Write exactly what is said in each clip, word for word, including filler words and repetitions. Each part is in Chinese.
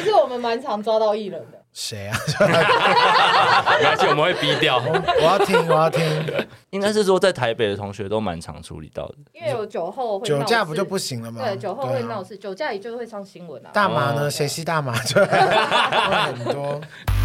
实我们蛮常抓到艺人的。 谁啊？ 没关系，我们会逼掉。 我要听，我要听。 应该是说在台北的同学都蛮常处理到的， 因为有酒后会酒驾不就不行了吗？ 对，酒后会闹事，酒驾也就会上新闻啊。 大麻呢？谁吸大麻？就很多。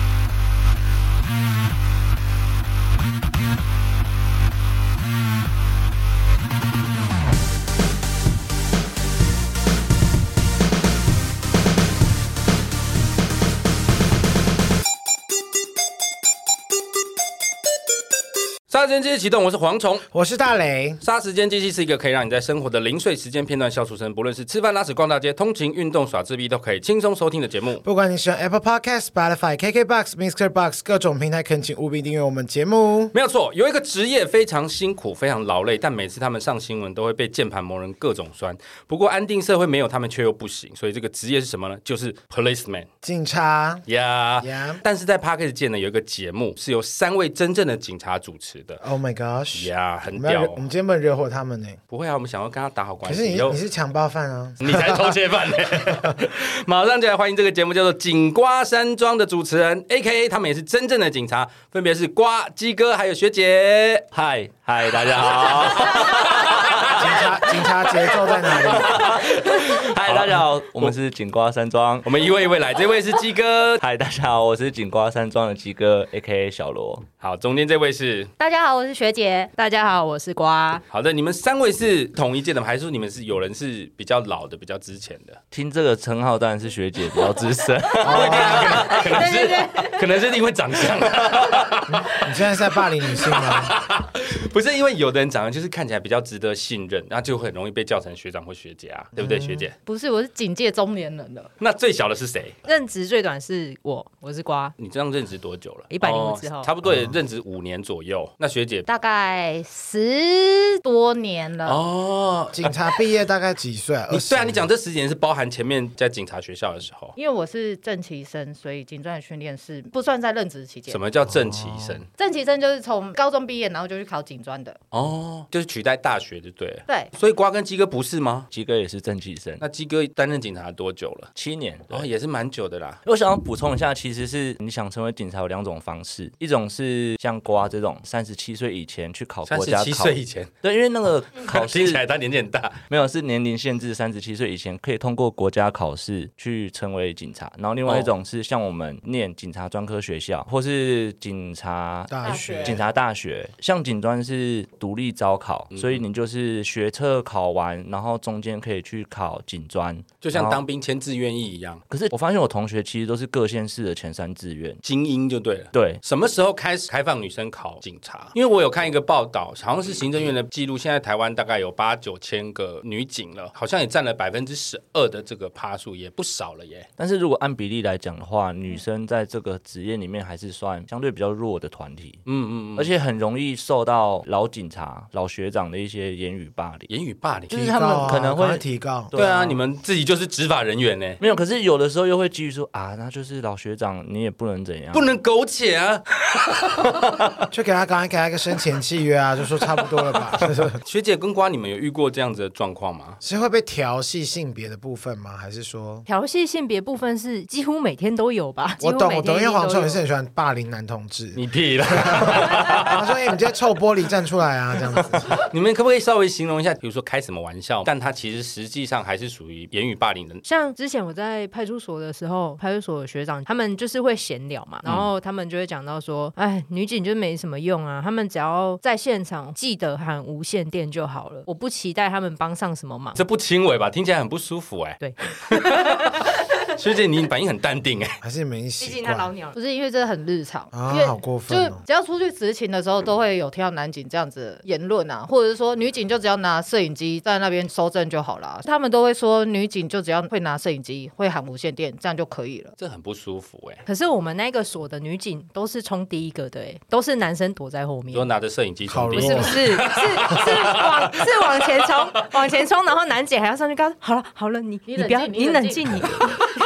杀时间机器启动，我是蝗虫， 我是大雷。 杀时间机器是一个可以让你在生活的零碎时间片段笑出声，不论是吃饭、拉屎、逛大街、通勤、运动、耍自闭，都可以轻松收听的节目。 不管你使用 Apple Podcast、Spotify、K K Box、Mixer Box 各种平台，恳请务必订阅我们节目。 没有错，有一个职业非常辛苦、非常劳累，但每次他们上新闻都会被键盘魔人各种酸。不过安定社会没有他们却又不行，所以这个职业是什么呢？就是 policeman， 警察呀、yeah 。 Yeah. 但是在 Podcast 界呢，有一个节目是由三位真正的警察主持的。 Oh my god！ 呀、yeah ，很屌、哦！ 我们今天不能惹火他们呢。 不会啊，我们想要跟他打好关系。 可是你你是强暴犯啊！ 你才偷窃犯呢！马上就来欢迎这个节目叫做《警瓜山庄》的主持人 ，A K A 他们也是真正的警察，分别是瓜、鸡哥还有学姐。 嗨嗨，大家好！ 警察警察节奏在哪里？ 嗨，大家好，我们是警瓜山庄， 我们一位一位来，这位是鸡哥。 嗨，大家好，我是警瓜山庄的鸡哥 ，A K A 小罗。 好，中间这位是大家好，我是学姐。 大家好，我是瓜。 好的，你们三位是同一届的吗？还是说你们是有人是比较老的、比较之前的？ 听这个称号当然是学姐比较资深， 可能是可能是因为长相。 你现在是在霸凌女性吗？ 不是，因为有的人长得就是看起来比较值得信任，然后就很容易被叫成学长或学姐啊，对不对，学姐？ 不是，我是警戒中年人的。 那最小的是谁？ 任职最短是我，我是瓜。 你这样任职多久了？ 一百零五之后、 哦，差不多也任职五年左右。那学姐大概十多年了。 哦， 警察毕业大概几岁、啊？ 你对啊，你讲这十几年是包含前面在警察学校的时候。 因为我是正期生，所以警专的训练是不算在任职期间。 什么叫正期生？ 哦、正期生就是从高中毕业，然后就去考警专的。 哦，就是取代大学就对了。 对， 所以瓜跟鸡哥不是吗？ 鸡哥也是正期生。 那鸡哥担任警察多久了？ 七年， 哦，也是蛮久的啦。 我想要补充一下，其实是你想成为警察有两种方式，一种是像瓜这种三十七岁以前去考国家考， 三十七岁以前， 对，因为那个考试听起来他年纪很大， 没有是年龄限制，三十七岁以前可以通过国家考试去成为警察。然后另外一种是像我们念警察专科学校，或是警察大学、 警察大学，像警专是独立招考，嗯、所以你就是学测考完，然后中间可以去考警专， 就像当兵签志愿役一样。 可是我发现我同学其实都是各县市的前三志愿， 精英就对了。 对， 什么时候开始开放女生考警察？因为我有看一个报道，好像是行政院的记录，现在台湾大概有八九千个女警了，好像也占了百分之十二的这个趴数，也不少了耶。 但是如果按比例来讲的话，女生在这个职业里面还是算相对比较弱的团体。嗯嗯嗯，而且很容易受到老警察、老学长的一些言语霸凌。 言语霸凌， 就是他们可能会提告。 对啊，你们自己就是执法人员呢。 没有，可是有的时候又会基于说啊，那就是老学长，你也不能怎样， 不能苟且啊。 就给他赶快给他一个生前契约啊，就说差不多了吧。 学姐跟瓜，你们有遇过这样子的状况吗？ 是会被调戏性别的部分吗？还是说调戏性别部分是几乎每天都有吧？ 我懂我懂，因为黄虫也是很喜欢霸凌男同志。 你屁啦！ 他说：“哎、欸，你这些臭玻璃站出来啊！”这样子， 你们可不可以稍微形容一下，比如说开什么玩笑，但他其实实际上还是属于言语霸凌的？ 像之前我在派出所的时候，派出所的学长他们就是会闲聊嘛，然后他们就会讲到说：“哎，女警就没什么用啊，他们只要在现场记得喊无线电就好了，我不期待他们帮上什么忙。” 这不轻微吧？听起来很不舒服哎、欸。 对。 学姐，你反应很淡定哎、欸， 还是你们习惯？ 毕竟他老鸟了， 不是因为这很日常啊， 因为好过分、哦。 就只要出去执勤的时候，都会有听到男警这样子言论啊，或者是说女警就只要拿摄影机在那边收证就好了。他们都会说女警就只要会拿摄影机、会喊无线电，这样就可以了。 这很不舒服哎、欸。 可是我们那个所的女警都是冲第一个的哎、欸，都是男生躲在后面， 都拿着摄影机冲第一个，不是不是是是往是往前冲，往前冲，然后男警还要上去告诉好了好了，你你不要你冷静你。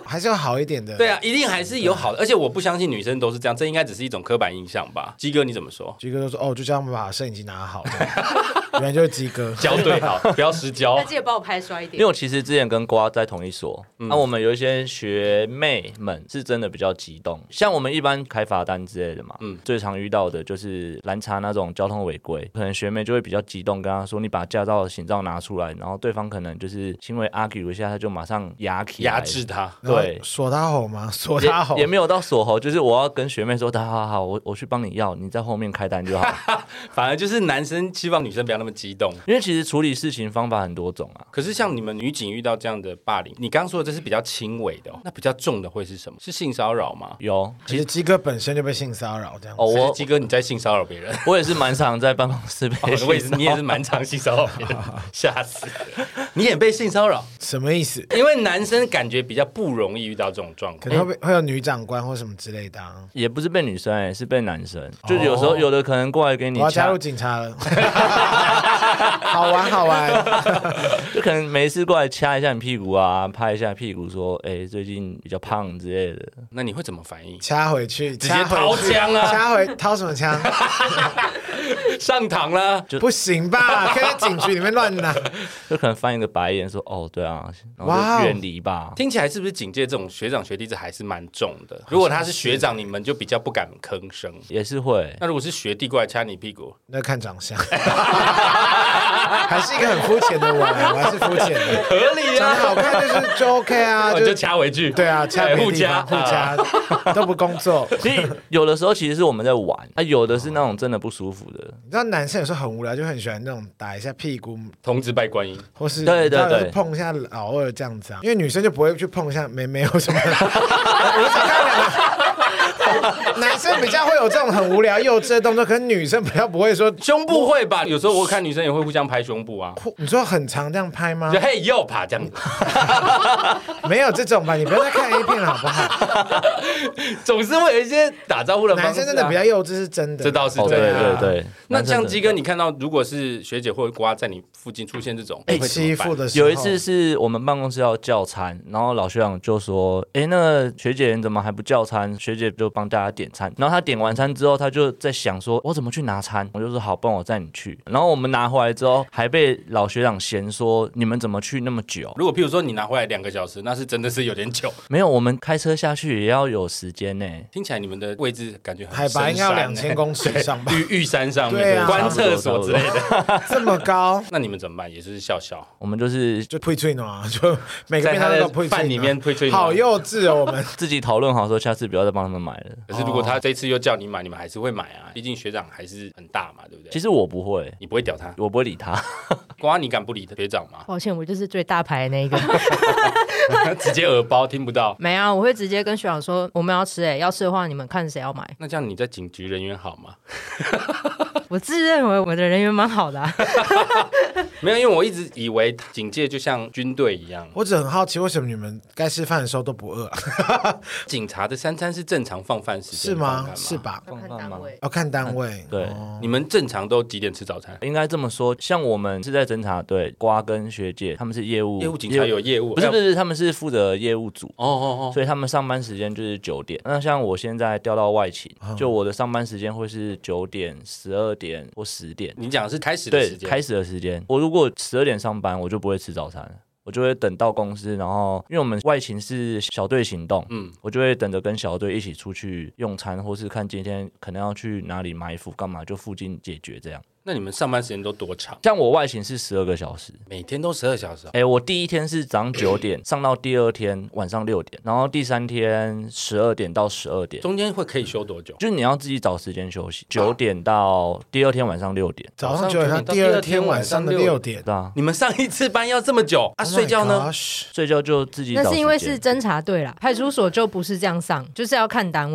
还是有好一点的。 对啊，一定还是有好的，而且我不相信女生都是这样，这应该只是一种刻板印象吧？鸡哥你怎么说？ 鸡哥就说哦，就叫他们把摄影机拿好，原来就是鸡哥交对好，不要失焦。 记得帮我拍衰一点。 因为我其实之前跟瓜在同一所，那、嗯啊、我们有一些学妹们是真的比较激动，像我们一般开罚单之类的嘛，嗯，最常遇到的就是拦查那种交通违规，可能学妹就会比较激动，跟他说你把驾照、行照拿出来，然后对方可能就是轻微 argue 一下，他就马上压起来压制他， 对，锁他喉吗？锁他喉也, 也没有到锁喉，就是我要跟学妹说，好好好，我我去帮你要，你在后面开单就好。 反而就是男生希望女生不要那么激动， 因为其实处理事情方法很多种啊。 可是像你们女警遇到这样的霸凌，你刚刚说的这是比较轻微的、哦，那比较重的会是什么？是性骚扰吗？ 有， 其实鸡哥本身就被性骚扰这样子。 哦，我鸡哥你在性骚扰别人， 我也是蛮常在办公室被性骚扰、哦， 我也是，你也是蛮常性骚扰别人，吓死了！你也被性骚扰？ 什么意思？ 因为男生感觉比较不容易遇到这种状况， 可能会会有女长官或什么之类的、啊， 也不是被女生、欸，是被男生。就有时候有的可能过来给你， 我要加入警察了，好玩好玩， 就可能没事过来掐一下你屁股啊，拍一下屁股说，哎、欸，最近比较胖之类的。 那你会怎么反应？ 掐回去， 直接掏枪啊！ 掐回掏什么枪？ 上膛了， 不行吧？可以在警局里面乱拿， 就可能翻一个白眼说，哦，对啊，然后就远离吧。 听起来是不是警戒这种学长学弟制还是蛮重的？如果他是学长，你们就比较不敢吭声， 也是会。 那如果是学弟过来掐你屁股， 那看长相，还是一个很肤浅的我，我还是肤浅的， 合理啊， 长得好看就是就 OK 啊， 就掐回去。 对啊，掐互掐互掐都不工作。 所以有的时候其实是我们在玩，啊，有的是那种真的不舒服的。 你知道男生有时候很无聊，就很喜欢那种打一下屁股， 童子拜观音， 或是对对对碰一下老二这样子啊，因为女生就不会去碰一下妹妹或什么的。我只看两个。男生比较会有这种很无聊幼稚的动作，可是女生比较不会说。 胸部会吧？有时候我看女生也会互相拍胸部啊。 你说很常这样拍吗？ 就嘿右啪这样子。 没有这种吧？你不要再看 A 片了好不好？ 总是会有一些打招呼的方式、啊。 男生真的比较幼稚是真的， 这倒是对对、 啊、对对对。 那像鸡哥，你看到如果是学姐或者瓜在你附近出现这种被欺负的时候， 有一次是我们办公室要叫餐，然后老学长就说：“哎，那个学姐你怎么还不叫餐？”学姐就帮大家点餐，然后他点完餐之后，他就在想说：“我怎么去拿餐？”我就说：“好，帮我载你去。”然后我们拿回来之后，还被老学长嫌说：“你们怎么去那么久？” 如果譬如说你拿回来两个小时，那是真的是有点久。 没有，我们开车下去也要有时间呢。 听起来你们的位置感觉很海拔应该要两千公尺以上吧？ 玉玉山上面、 对啊、 观厕所之类的， 这么高， 那你们怎么办？也是笑笑。 我们就是就配脆啊，就每个便当都配饭里面配脆， 好幼稚哦。我们自己讨论好说，下次不要再帮他们买了。 可是如果他这次又叫你买，你们还是会买啊，毕竟学长还是很大嘛，对不对？ 其实我不会， 你不会屌他， 我不会理他。 瓜，你敢不理学长吗？ 抱歉，我就是最大牌的那一个。 直接耳包听不到。 没啊，我会直接跟学长说我们要吃、欸，哎，要吃的话你们看谁要买。 那这样你在警局人缘好吗？ 我自认为我的人缘蛮好的、啊。 没有，因为我一直以为警戒就像军队一样。 我只很好奇，为什么你们该吃饭的时候都不饿、啊？ 警察的三餐是正常放饭时间是吗？ 吗是吧？ 要看单位， 要看单位。 对、 哦， 你们正常都几点吃早餐？ 应该这么说，像我们是在侦查队，瓜跟学姐他们是业务， 业务警察有业务， 不是不是，他们是负责业务组。 哦哦哦， 所以他们上班时间就是九点。那像我现在调到外勤， 哦、 就我的上班时间会是九点、十二点或十点。 你讲的是开始的时间， 对，开始的时间。我如果十二点上班，我就不会吃早餐。我就会等到公司，然后因为我们外勤是小队行动，嗯，我就会等着跟小队一起出去用餐，或是看今天可能要去哪里埋伏干嘛，就附近解决这样。 那你们上班时间都多长？ 像我外勤是十二个小时， 每天都十二小时、哦。 哎，我第一天是早上九点上到第二天晚上六点，然后第三天十二点到十二点， 中间会可以休多久？ 就是你要自己找时间休息，九点到第二天晚上六点， 早上九点到第二天晚上的六点。 对啊， 你们上一次班要这么久啊？ Oh、 睡觉呢？ 睡觉就自己找时间。 那是因为是侦查队啦，派出所就不是这样上，就是要看单位。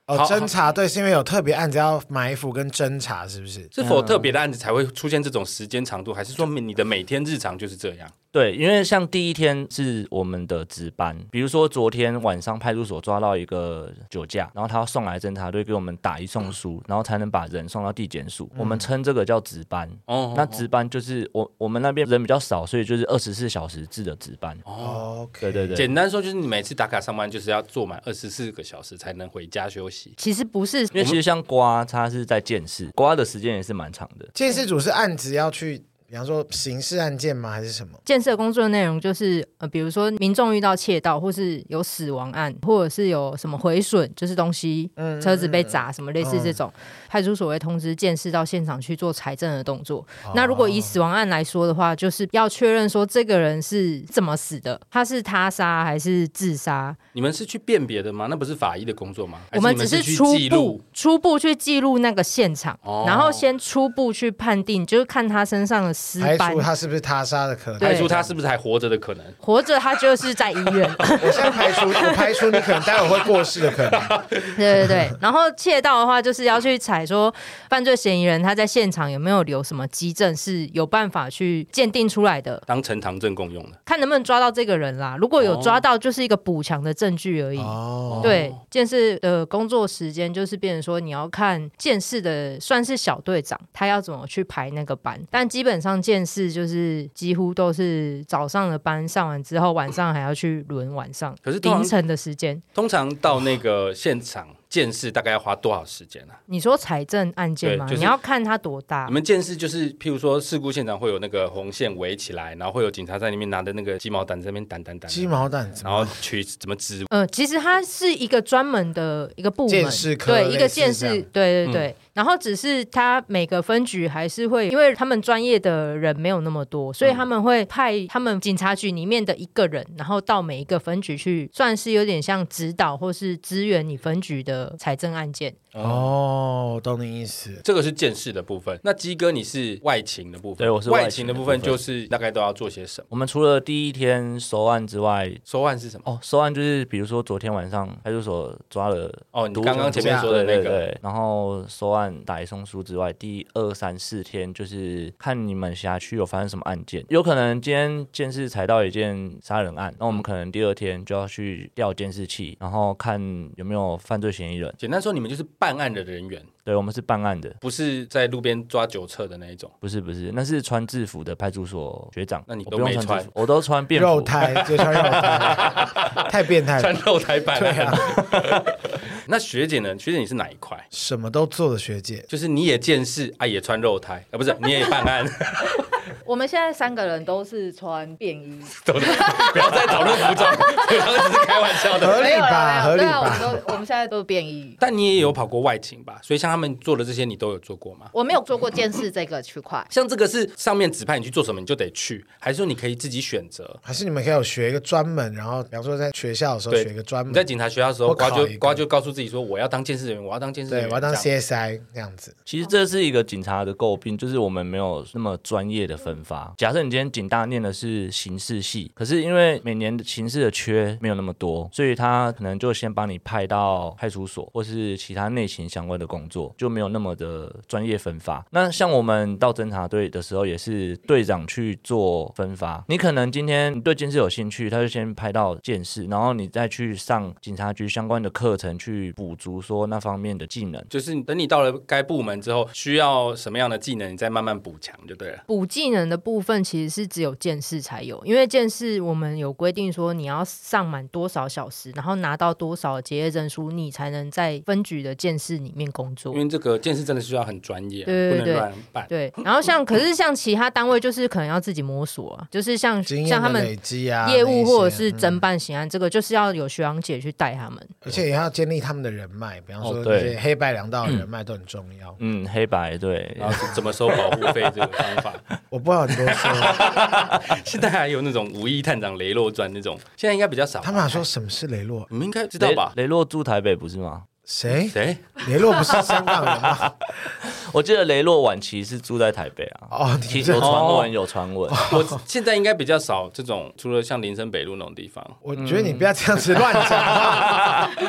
哦，侦查队是因为有特别案子要埋伏跟侦查，是不是？ 是否特别的案子才会出现这种时间长度，还是说你的每天日常就是这样？ 对，因为像第一天是我们的值班，比如说昨天晚上派出所抓到一个酒驾，然后他要送来侦查队给我们打移送书，然后才能把人送到地检署，嗯、我们称这个叫值班。哦，那值班就是我我们那边人比较少，所以就是二十四小时制的值班。 哦， okay. 对对对， 简单说就是你每次打卡上班就是要做满二十四个小时才能回家休息。 其实不是，因为其实像瓜他是在监视，瓜的时间也是蛮长的。 监视组是案子要去。比方说刑事案件吗？还是什么？ 建设工作的内容就是呃，比如说民众遇到窃盗，或是有死亡案，或者是有什么毁损，就是东西、嗯、车子被砸什么类似这种，嗯、派出所会通知监视到现场去做财政的动作。哦、那如果以死亡案来说的话，就是要确认说这个人是怎么死的，他是他杀还是自杀？ 你们是去辨别的吗？那不是法医的工作吗？ 我们只是初步初步去记录那个现场，哦、然后先初步去判定，就是看他身上的尸斑， 排除他是不是他杀的可能， 排除他是不是还活着的可能。 活着他就是在医院。 我现在排除，我排除你可能待会会过世的可能。 对对对，然后窃盗的话，就是要去采说犯罪嫌疑人他在现场有没有留什么基证，是有办法去鉴定出来的， 当呈堂证供用的， 看能不能抓到这个人啦。如果有抓到，就是一个补强的证据而已。哦，对，监视的工作时间就是变成说，你要看监视的算是小队长，他要怎么去排那个班，但基本上监视就是几乎都是早上的班上完之后，晚上还要去轮晚上，可是凌晨的时间。 通常到那个现场监视大概要花多少时间啊？ 你说财政案件吗？就是、你要看它多大。 你们监视就是，譬如说事故现场会有那个红线围起来，然后会有警察在里面拿着那个鸡毛掸在那边掸掸掸。 鸡毛掸， 然后取怎么指？ 呃，其实它是一个专门的一个部门， 监视科， 对，一个监视，对对对。嗯，然后只是他每个分局还是会，因为他们专业的人没有那么多，所以他们会派他们警察局里面的一个人，然后到每一个分局去，算是有点像指导或是支援你分局的财政案件。 哦，懂你意思。 这个是监视的部分。那鸡哥你是外勤的部分， 对，我是外勤的部分，就是大概都要做些什么？ 我们除了第一天收案之外， 收案是什么？ 哦，收案就是比如说昨天晚上派出所抓了哦，你刚刚前面说的那个， 对对对，然后收案打移送书之外，第二三四天就是看你们辖区有发生什么案件，有可能今天监视采到一件杀人案，那我们可能第二天就要去调监视器，然后看有没有犯罪嫌疑人。 简单说，你们就是办案的人员。 对，我们是办案的， 不是在路边抓酒测的那一种。 不是不是，那是穿制服的派出所学长。 那你都没穿， 穿我都穿便服。 肉胎就穿肉胎，太变态了， 穿肉胎办案。 对啊。 那学姐呢？学姐你是哪一块？ 什么都做的学姐， 就是你也监视啊，也穿肉胎啊，不是你也办案。 我们现在三个人都是穿便衣， 不要再讨论服装，我刚刚只是开玩笑的， 合理吧？合理吧？ 对啊，我们都我们现在都是便衣。 但你也有跑过外勤吧？所以像他们做的这些，你都有做过吗？ 我没有做过监视这个区块。 像这个是上面指派你去做什么，你就得去，还是说你可以自己选择？ 还是你们可以有学一个专门，然后比方说在学校的时候学一个专门。 你在警察学校的时候，瓜就瓜就告诉自己说，我要当监视人员，我要当监视人员， 对，我要当 C S I 这样子。 其实这是一个警察的诟病，就是我们没有那么专业的分发。假设你今天警大念的是刑事系，可是因为每年刑事的缺没有那么多，所以他可能就先帮你派到派出所或是其他内勤相关的工作，就没有那么的专业分发。那像我们到侦查队的时候，也是队长去做分发。你可能今天你对监视有兴趣，他就先派到监视，然后你再去上警察局相关的课程，去补足说那方面的技能。 就是等你到了该部门之后，需要什么样的技能，你再慢慢补强就对了。 补技能的部分其实是只有监视才有，因为监视我们有规定说你要上满多少小时，然后拿到多少结业证书，你才能在分局的监视里面工作。 因为这个监视真的需要很专业， 对对对， 不能乱办。 对，然后像可是像其他单位就是可能要自己摸索啊，就是像像他们业务或者是侦办刑案，嗯，这个就是要有学长姐去带他们， 而且也要建立他们的人脉，比方说那些黑白两道的人脉都很重要。 嗯，黑白对， 然后怎么收保护费这个方法， 我不好很多说。 现在还有那种五一探长雷洛传那种，现在应该比较少。 他们还说什么是雷洛？ 你们应该知道吧？ 雷洛住台北不是吗？ 谁？ 谁？ 雷洛不是香港人吗？ 我记得雷洛晚期是住在台北啊。 哦， 有传闻，有传闻。 我现在应该比较少这种，除了像林森北路那种地方。 我觉得你不要这样子乱讲话。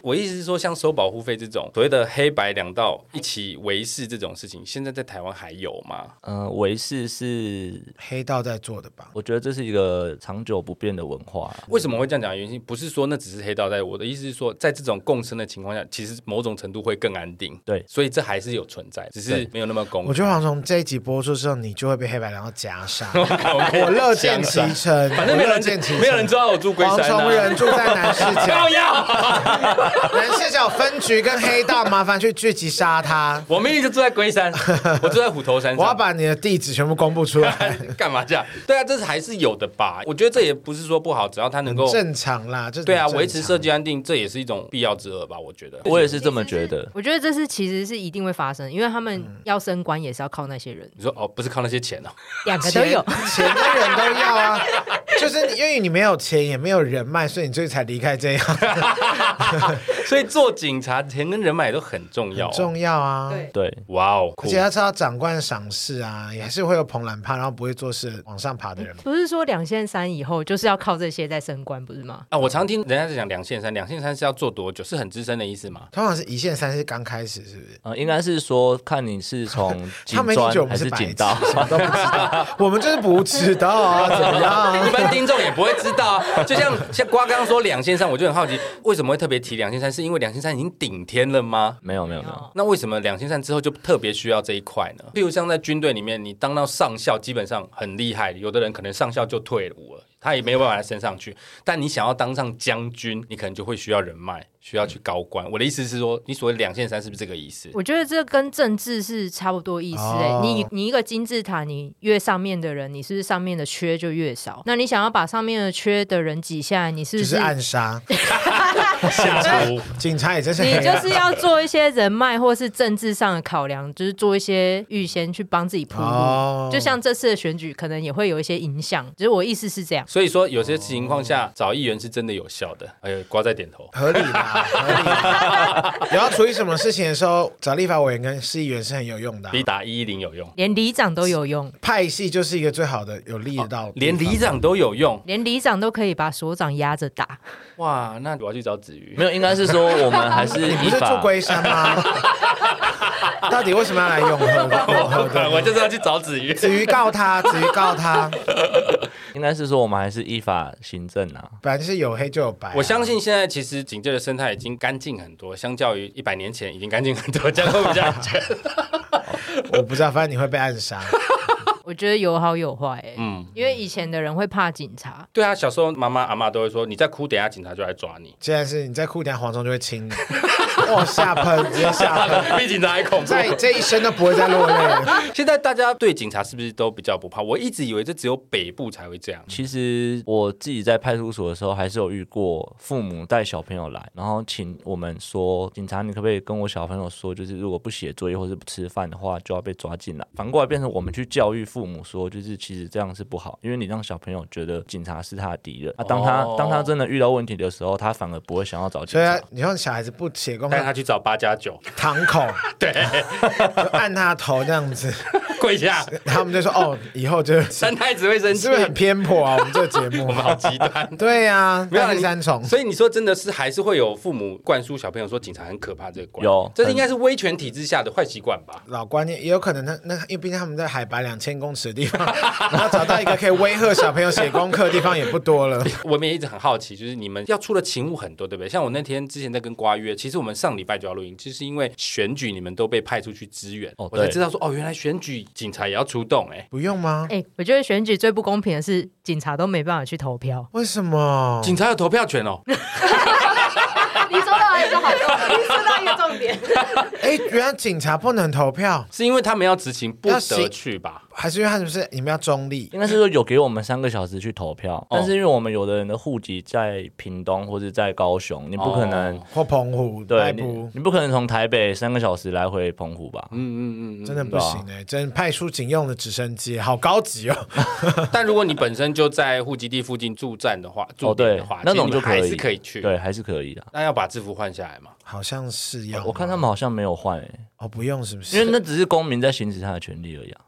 我意思是说，像收保护费这种所谓的黑白两道一起维视这种事情，现在在台湾还有吗？ 嗯、呃，维视是黑道在做的吧？ 我觉得这是一个长久不变的文化。 为什么会这样讲的原因，不是说那只是黑道在，我的意思是说，在这种共生的情况下，其实某种程度会更安定。 对， 所以这还是有存在，只是没有那么公开。 我觉得好像从这一集播出之后，你就会被黑白两道夹杀。我乐见其成， 反正没有人没有人知道我住龟山、啊。 黄崇仁住在南市角， 要南市角分局跟黑道，麻烦去聚集杀他。 我明明就住在龟山，我住在虎头山上。 我要把你的地址全部公布出来。 干嘛这样？对啊，这是还是有的吧？我觉得这也不是说不好，只要他能够正常啦。这对啊，维持社会安定，这也是一种必要之恶吧？我觉得， 我也是这么觉得。 我觉得这是其实是一定会发生，因为他们要升官也是要靠那些人。 你说哦，不是靠那些钱哦， 两个都有， 钱跟人都要啊。就是因为你没有钱，也没有人脉，所以你最才离开这样。 所以做警察，钱跟人脉都很重要、哦， 很重要啊。 对对， 哇哦， 而且要知道长官赏识啊，也还是会有捧懒趴，然后不会做事往上爬的人。 不是说两线三以后就是要靠这些在升官，不是吗？ 啊，我常听人家在讲两线三，两线三是要做多久？是很资深的意思吗？ 通常是一线三是刚开始，是不是？ 呃，应该是说看你是从警他们觉得我们专还是是白痴警道， 什么都不知道。我们就是不知道啊，怎么样？ 一般听众也不会知道啊。就像像瓜刚刚说两线三，我就很好奇，为什么会特别提两线三？是因为两线三已经顶天了吗？ 没有没有没有。 那为什么两线三之后就特别需要这一块呢？譬如像在军队里面，你当到上校基本上很厉害，有的人可能上校就退伍了。他也没有办法升上去，但你想要当上将军，你可能就会需要人脉，需要去高官。我的意思是说，你所谓两线三是不是这个意思？ 我觉得这跟政治是差不多意思哎、欸哦。你你一个金字塔，你越上面的人，你是不是上面的缺就越少？那你想要把上面的缺的人挤下来，你是不是就是暗杀？ 下毒， 警察也真是你就是要做一些人脉或是政治上的考量，就是做一些预先去帮自己铺路。哦、就像这次的选举，可能也会有一些影响。就是我意思是这样。 所以说，有些情况下、哦、找议员是真的有效的。哎呦，瓜在点头， 合理啦，合理啦。有要处理什么事情的时候，找立法委员跟市议员是很有用的、啊， 比打一一零有用， 连里长都有用。 派系就是一个最好的有力的道、哦， 连里长都有用， 连里长都可以把所长压着打。 哇，那我要去找子瑜。 没有，应该是说我们还是你不是住龟山吗？到底为什么要来永和？永和的， 我就是要去找子瑜。 子瑜告他，子瑜告他。 应该是说我们还是依法行政啊， 本来就是有黑就有白、啊。 我相信现在其实警界的生态已经干净很多，相较于一百年前已经干净很多，这样会不会这样觉得？ 我不知道，反正你会被暗杀。 我觉得有好有坏、欸， 嗯， 因为以前的人会怕警察。 对啊，小时候妈妈阿嬷都会说，你再哭，等一下警察就来抓你。 现在是你再哭，等一下黄忠就会亲你。哇，下喷，直接下喷， 比警察还恐怖， 在这一生都不会再落泪了。 现在大家对警察是不是都比较不怕？我一直以为这只有北部才会这样。 其实我自己在派出所的时候，还是有遇过父母带小朋友来，然后请我们说，警察你可不可以跟我小朋友说，就是如果不写作业或是不吃饭的话，就要被抓进来。反过来变成我们去教育父母说，就是其实这样是不好，因为你让小朋友觉得警察是他的敌人。啊，当他、哦、当他真的遇到问题的时候，他反而不会想要找警察。 所以你让小孩子不写功课， 带他去找八加九堂口， 对， 就按他头这样子跪下， 他们就说哦，以后就三太子会生气， 是不是很偏颇啊？我们这个节目我们好极端。 对呀、啊， 没有第三重。 所以你说真的是还是会有父母灌输小朋友说警察很可怕这个观， 有， 这应该是威权体制下的坏习惯吧？ 老观念也有可能他，那那因为毕竟他们在海拔两千公尺的地方，然后找到一个可以威吓小朋友写功课的地方也不多了。 我们也一直很好奇，就是你们要出的勤务很多，对不对？像我那天之前在跟瓜约，其实我们上礼拜就要录音，就是因为选举你们都被派出去支援，哦、我才知道说哦，原来选举警察也要出动、欸，哎， 不用吗？ 哎、欸，我觉得选举最不公平的是警察都没办法去投票， 为什么？ 警察有投票权哦。 你说到一个好重点，你说到一个重点。 哎、欸，原来警察不能投票， 是因为他们要执勤不得去吧？ 还是因为他们是你们要中立？ 应该是说有给我们三个小时去投票，哦、但是因为我们有的人的户籍在屏东或者在高雄，你不可能、 哦、或澎湖， 对，你, 你不可能从台北三个小时来回澎湖吧？ 嗯嗯嗯， 真的不行哎、欸，真派出警用的直升机，好高级哦。 但如果你本身就在户籍地附近驻站的话，驻点的话， 哦、那种就可以， 还是可以去， 对，还是可以的。 那要把制服换下来吗？ 好像是要、 哦，我看他们好像没有换诶、欸。 哦，不用是不是？ 因为那只是公民在行使他的权利而已啊。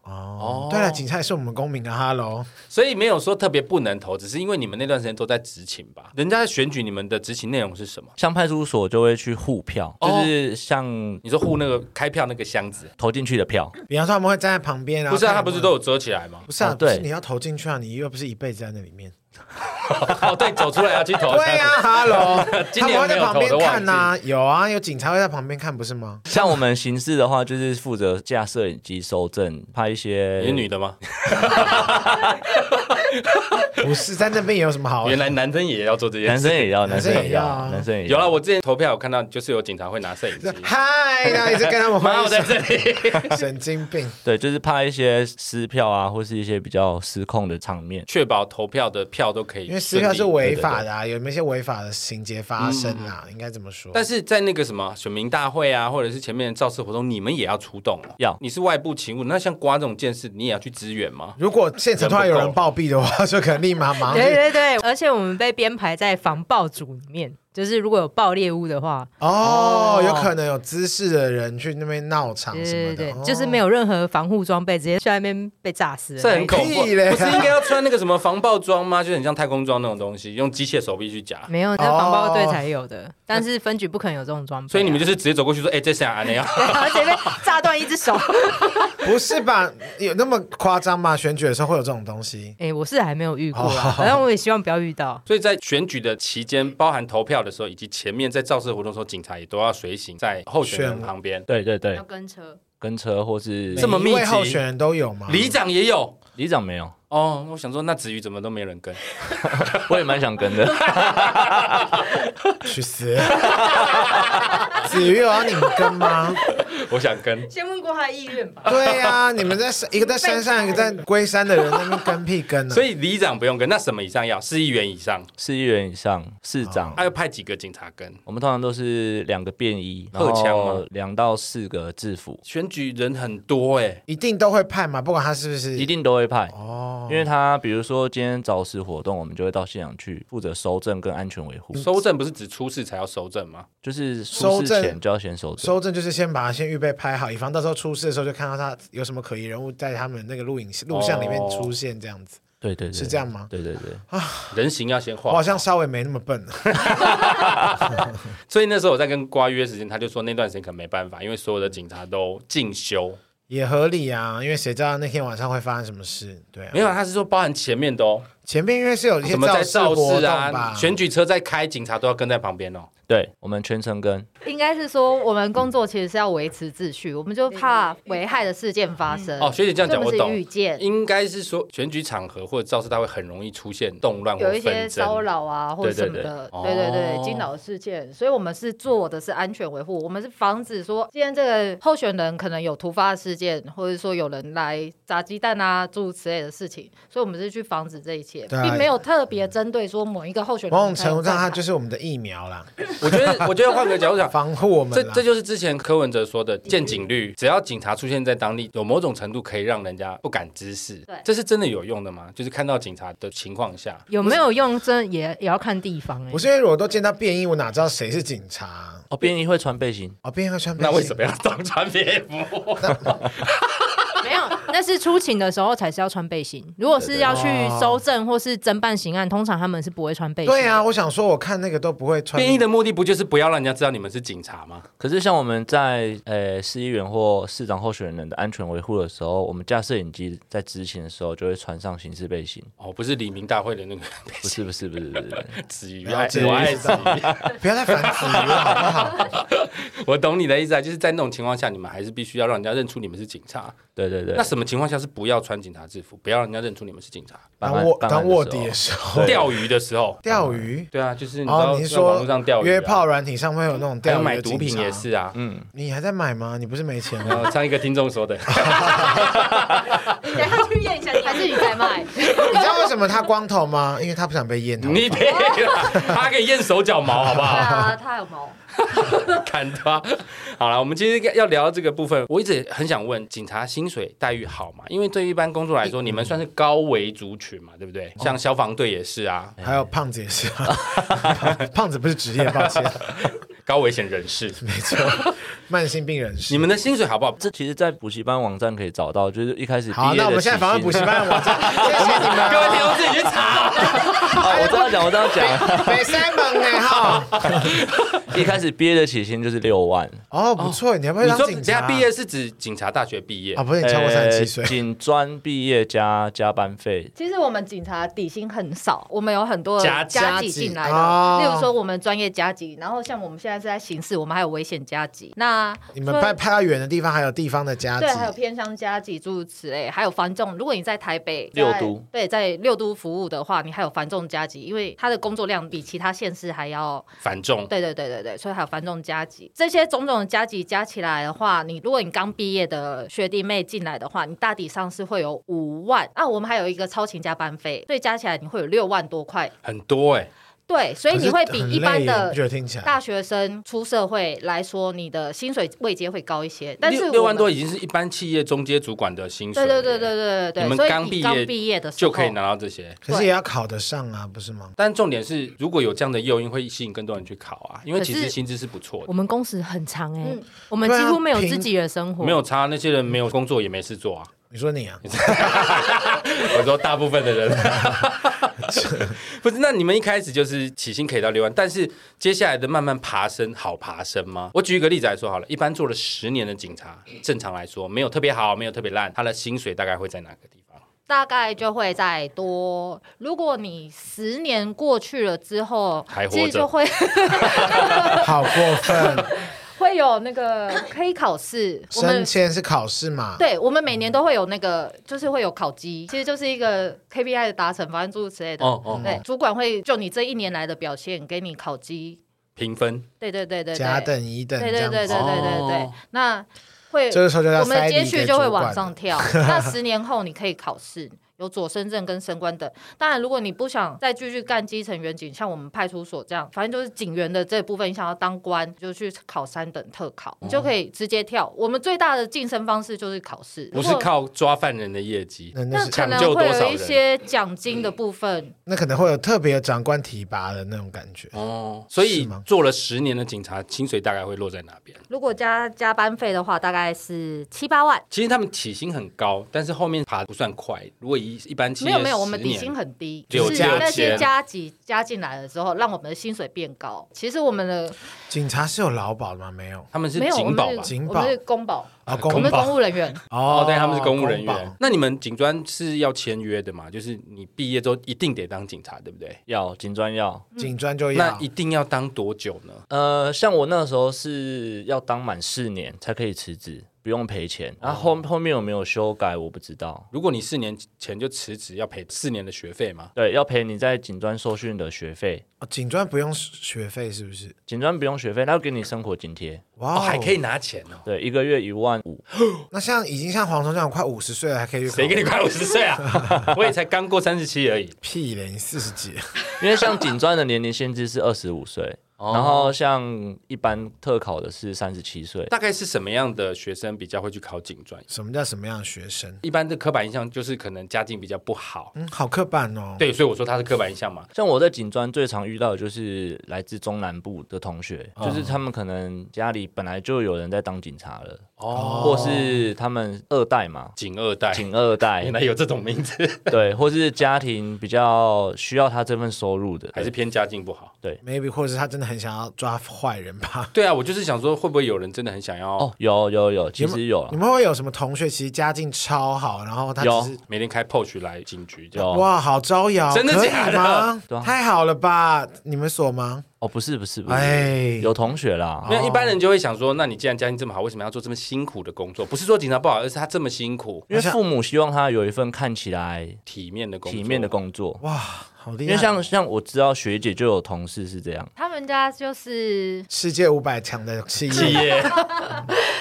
哦，对了，警察也是我们公民啊，哈喽。 所以没有说特别不能投，只是因为你们那段时间都在执勤吧？人家在选举，你们的执勤内容是什么？ 像派出所就会去护票， 哦就是像你说护那个开票那个箱子， 投进去的票。 比方说他们会站在旁边，然后不是啊， 看他不是都有遮起来吗？ 不是啊， 哦对不是你要投进去啊，你又不是一辈子在那里面。 哦，对，走出来要去投。 对呀、啊、，Hello， 今他们会年没有投在旁边的忘记。 看呐、啊，有啊，有警察会在旁边看，不是吗？ 像我们刑事的话，就是负责架摄影机收证，拍一些。 你是女的吗？ 不是，在那边有什么好？ 原来男生也要做这件事。 男生也要，男生也要， 男男生也要。 有了，我之前投票有看到，就是有警察会拿摄影机。 嗨，然后一直跟他们妈， 挥我在手， 这里。 神经病。 对，就是拍一些撕票啊，或是一些比较失控的场面。 确保投票的票都可以， 因为撕票是违法的啊，有没有一些违法的情节发生啊？应该这么说。 但是在那个什么选民大会啊，或者是前面的造势活动，你们也要出动哦。 要， 你是外部勤务，那像刮这种件事，你也要去支援吗？ 如果现场突然有人暴毙的话，就可能立马马上对去。 对对，而且我们被编排在防爆组里面，就是如果有爆猎物的话， 哦，有可能有滋事的人去那边闹场对什么的， 对对， 哦就是没有任何防护装备，直接在那边被炸死了。 这很恐怖， 屁嘞不是应该要穿那个什么防爆装吗？就很像太空装那种东西，用机械手臂去夹。 没有，那防爆队才有的，但是分局不可能有这种装备啊、 所以你们就是直接走过去说：“哎、这谁啊？那样。” 然后直接被炸断一只手。 不是吧？有那么夸张吗？选举的时候会有这种东西？ 哎、我是还没有遇过哦啦，反正我也希望不要遇到。 所以在选举的期间，包含投票的时候，以及前面在造势活动的时候，警察也都要随行在候选人旁边。 对对对要，跟车， 跟车或是这么密集每一位候选人都有吗？ 里长也有里长没有， 哦。我想说，那子瑜怎么都没人跟？ 我也蛮想跟的。 去死！子瑜有要你们跟吗？ 我想跟。 先问过他的意愿吧。 对呀、啊，你们在一个在山上，一个在龟山的人那边跟屁跟呢、 所以里长不用跟，那什么以上要？市议员以上， 市议员以上，市长， 他要派几个警察跟？ 我们通常都是两个便衣，然荷枪后吗两到四个制服， 选举人很多哎、 一定都会派嘛，不管他是不是一定都会派。 哦。 因为他比如说今天早市活动，我们就会到现场去负责收证跟安全维护。 收证不是只出事才要收证吗？ 就是收证出事前就要先收证。 收证就是先把它先预备拍好，以防到时候出事的时候就看到他有什么可疑人物在他们那个录影录像里面出现，这样子、 对对对， 是这样吗？ 对对对， 人形要先画。 我好像稍微没那么笨。 所以那时候我在跟瓜约时间，他就说那段时间可能没办法，因为所有的警察都进修。 也合理啊，因为谁知道那天晚上会发生什么事？对啊， 没有，他是说包含前面的哦， 前面因为是有一些什么在造造势活势啊， 动吧， 选举车在开，警察都要跟在旁边哦。 对我们全程跟。 应该是说我们工作其实是要维持秩序，我们就怕危害的事件发生。 哦，学姐这样讲我懂这不是预，见， 应该是说选举场合或者造势大会很容易出现动乱或有一些纷争骚扰啊或者什么的， 对对对对对对， 哦惊扰的事件，所以我们是做的是安全维护，我们是防止说今天这个候选人可能有突发事件，或者说有人来砸鸡蛋啊诸如此类的事情，所以我们是去防止这一切， 对啊并没有特别针对说某一个候选人。 某种程度上，它就是我们的疫苗啦， 我觉得，我觉得换个角度讲。 防护我们啦。 这这就是之前柯文哲说的见警率，只要警察出现在当地，有某种程度可以让人家不敢滋事。 对这是真的有用的吗？就是看到警察的情况下， 有没有用，真也也要看地方哎、 不是因为我都见到便衣，我哪知道谁是警察？ 哦，便衣会穿背心， 哦，便衣会穿背心， 那为什么要当穿便服？ 没有，那是出勤的时候才是要穿背心。如果是要去搜证或是侦办刑案，通常他们是不会穿背心。 对啊，我想说，我看那个都不会穿便衣的目的不就是不要让人家知道你们是警察吗？ 可是像我们在呃市议员或市长候选人的安全维护的时候，我们架摄影机在执勤的时候就会穿上刑事背心。 哦，不是李明大会的那个不是不是不是不是，不是子瑜， 了解我爱子瑜。 不要再烦子瑜了，好不好？ 我懂你的意思啊，就是在那种情况下，你们还是必须要让人家认出你们是警察。 对对对那。什么情况下是不要穿警察制服，不要让人家认出你们是警察？ 办案当卧办案当卧的时候底的时候， 钓鱼的时候， 钓鱼。 对啊，就是你知道哦，你是在网说络上钓鱼啊约炮软体上面有那种还钓鱼有买毒的警察品也是啊。 嗯， 你还在买吗？你不是没钱吗？ 呃，上一个听众说的， 你等下去验一下， 还是你在卖？ 你知道为什么他光头吗？因为他不想被验头发。 你别啦，他可以验手脚毛，好不对好？ 啊，他有毛。 看他。好了，我们其实要聊这个部分，我一直很想问，警察薪水待遇好吗？因为对于一般工作来说，你们算是高危族群嘛，对不对？像消防队也是啊， 还有胖子也是啊，胖子不是职业，抱歉， 高危险人士。 没错。 慢性病人士。 你们的薪水好不好？ 这其实，在补习班网站可以找到，就是一开始毕业的好，那我们现在访问补习班的网站，谢谢你们， 各位听众自己去查。 好，我这样讲，我这样讲， 北三门呢哈。 一开始毕业的起薪就是六万。 哦，不错，你要不要你说当警察？ 等下毕业是指警察大学毕业啊？不是，你超过三十七岁。 呃警专毕业加加班费。 其实我们警察底薪很少，我们有很多加加级进来的， 哦例如说我们专业加级，然后像我们现在是在刑事，我们还有危险加级。那你们派派到远的地方，还有地方的加级， 对，还有偏乡加级诸如此类，还有繁重。如果你在台北六都， 对，在六都服务的话，你还有繁重加级，因为他的工作量比其他县市还要繁重。 对对对对对，所以还有繁重加级。这些种种的加级加起来的话，你如果你刚毕业的学弟妹进来的话，你大体上是会有五万啊。我们还有一个超勤加班费，所以加起来你会有六万多块， 很多哎、欸。 对，所以你会比一般的大学生出社会来说，你的薪水位阶会高一些。但是六万多已经是一般企业中阶主管的薪水。 对对对对对对， 你们刚毕业刚毕业的时候就可以拿到这些， 可是也要考得上啊，不是吗？ 但重点是，如果有这样的诱因，会吸引更多人去考啊，因为其实薪资是不错的。 我们工时很长哎、欸嗯，我们几乎没有自己的生活， 没有差。那些人没有工作也没事做啊。 你说你啊？ 我说大部分的人不是。那你们一开始就是起薪可以到六万，但是接下来的慢慢爬升，好爬升吗？我举一个例子来说好了，一般做了十年的警察，正常来说没有特别好，没有特别烂，他的薪水大概会在哪个地方？ 大概就会再多。如果你十年过去了之后， 还活着， 其实就会好过分。 会有那个可以考试， 升迁是考试嘛？ 对，我们每年都会有那个，就是会有考绩，其实就是一个 K P I 的达成，反正诸如此类的。 哦哦， 对，主管会就你这一年来的表现给你考绩评分。 对对对对， 甲等乙等， 对对对对对对对。 哦、 那会这个时候就要我们接续就会往上跳。那十年后你可以考试。有左升正跟升官等，当然如果你不想再继续干基层员警，像我们派出所这样，反正就是警员的这部分，你想要当官就去考三等特考，你就可以直接跳。我们最大的晋升方式就是考试， 不是靠抓犯人的业绩， 那可能会有一些奖金的部分， 那可能会有特别长官提拔的那种感觉哦。所以做了十年的警察，薪水大概会落在哪边？ 如果加加班费的话，大概是七八万。 其实他们起薪很高，但是后面爬不算快。如果一般企业没有没有，我们底薪很低， 只是那些加级加进来了之后，让我们的薪水变高。其实我们的警察是有劳保的吗？没有， 他们是警保吧？ 警保，我们是公保。 啊， 我们是公务人员哦，对，他们是公务人员。那你们警专是要签约的嘛？就是你毕业之后一定得当警察，对不对？ 要警专要， 警专就要。 那一定要当多久呢？ 呃，像我那时候是要当满四年才可以辞职。不用赔钱，然后后后面有没有修改我不知道。 如果你四年前就辞职，要赔四年的学费吗？ 对，要赔你在警专受训的学费。 哦，警专不用学费是不是？ 警专不用学费，他要给你生活津贴。 哇、哦，还可以拿钱哦。 对，一个月一万五。 那像已经像黄忠这样快五十岁了，还可以去考？ 谁给你快五十岁啊？我也才刚过三十七而已。 屁嘞，你四十几。 因为像警专的年龄限制是二十五岁。哦、然后像一般特考的是三十七岁。 大概是什么样的学生比较会去考警专？ 什么叫什么样的学生？ 一般的刻板印象就是可能家境比较不好。 嗯，好刻板哦。 对，所以我说他是刻板印象嘛。 像我在警专最常遇到的就是来自中南部的同学，哦、就是他们可能家里本来就有人在当警察了。哦，或是他们二代嘛， 警二代， 警二代， 原来有这种名字。 对，或是家庭比较需要他这份收入的， 还是偏家境不好。 对 ，maybe 或者是他真的很想要抓坏人吧。 对啊，我就是想说，会不会有人真的很想要？ 哦，有有有，其实有。 你们会有什么同学其实家境超好，然后他只是每天开 P O S H 来警局， 哇，好招摇， 真的假的吗？太好了吧？你们所吗？ 哦，不是不是不是， 哎， 有同学啦。 没有，一般人就会想说，那你既然家境这么好，为什么要做这么辛苦的工作？不是说警察不好，而是他这么辛苦， 因为父母希望他有一份看起来体面的工作。 体面的工作， 哇，好厉害！ 因为像像我知道学姐就有同事是这样， 他们家就是世界五百强的企业， 企业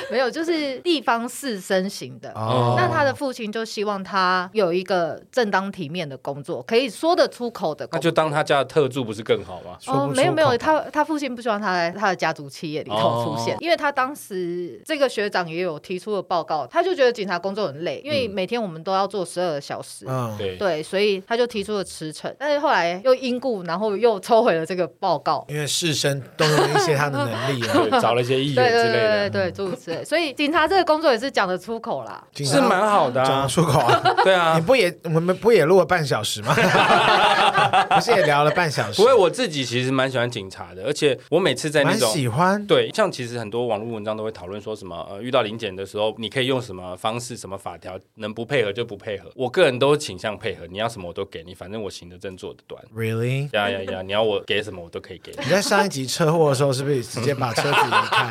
没有，就是地方士绅型的。 哦那他的父亲就希望他有一个正当体面的工作，可以说得出口的工作。 那就当他家的特助不是更好吗？ 哦， 说不出没有没有， 口他他父亲不希望他在他的家族企业里头出现， 哦因为他当时这个学长也有提出了报告，他就觉得警察工作很累，因为每天我们都要做十二个小时。 嗯， 对， 对，所以他就提出了辞呈，但是后来又因故，然后又抽回了这个报告。 因为士绅动用了一些他的能力了。 对，找了一些议对对员之类的， 对对对，诸如此类。所以警察这个工作也是讲得出口啦。 警察是蛮好的啊讲得。出口啊。 对啊你，不也我们不也录了半小时吗？不是也聊了半小时？ 不会，我自己其实蛮喜欢警察的，而且我每次在那蛮种喜欢。 对，像其实很多网络文章都会讨论说什么，呃，遇到临检的时候，你可以用什么方式、什么法条，能不配合就不配合。我个人都倾向配合，你要什么我都给你，反正我行得正坐得端。 Really？ 呀呀呀！你要我给什么我都可以给你。 你在上一集车祸的时候，是不是直接把车子移开？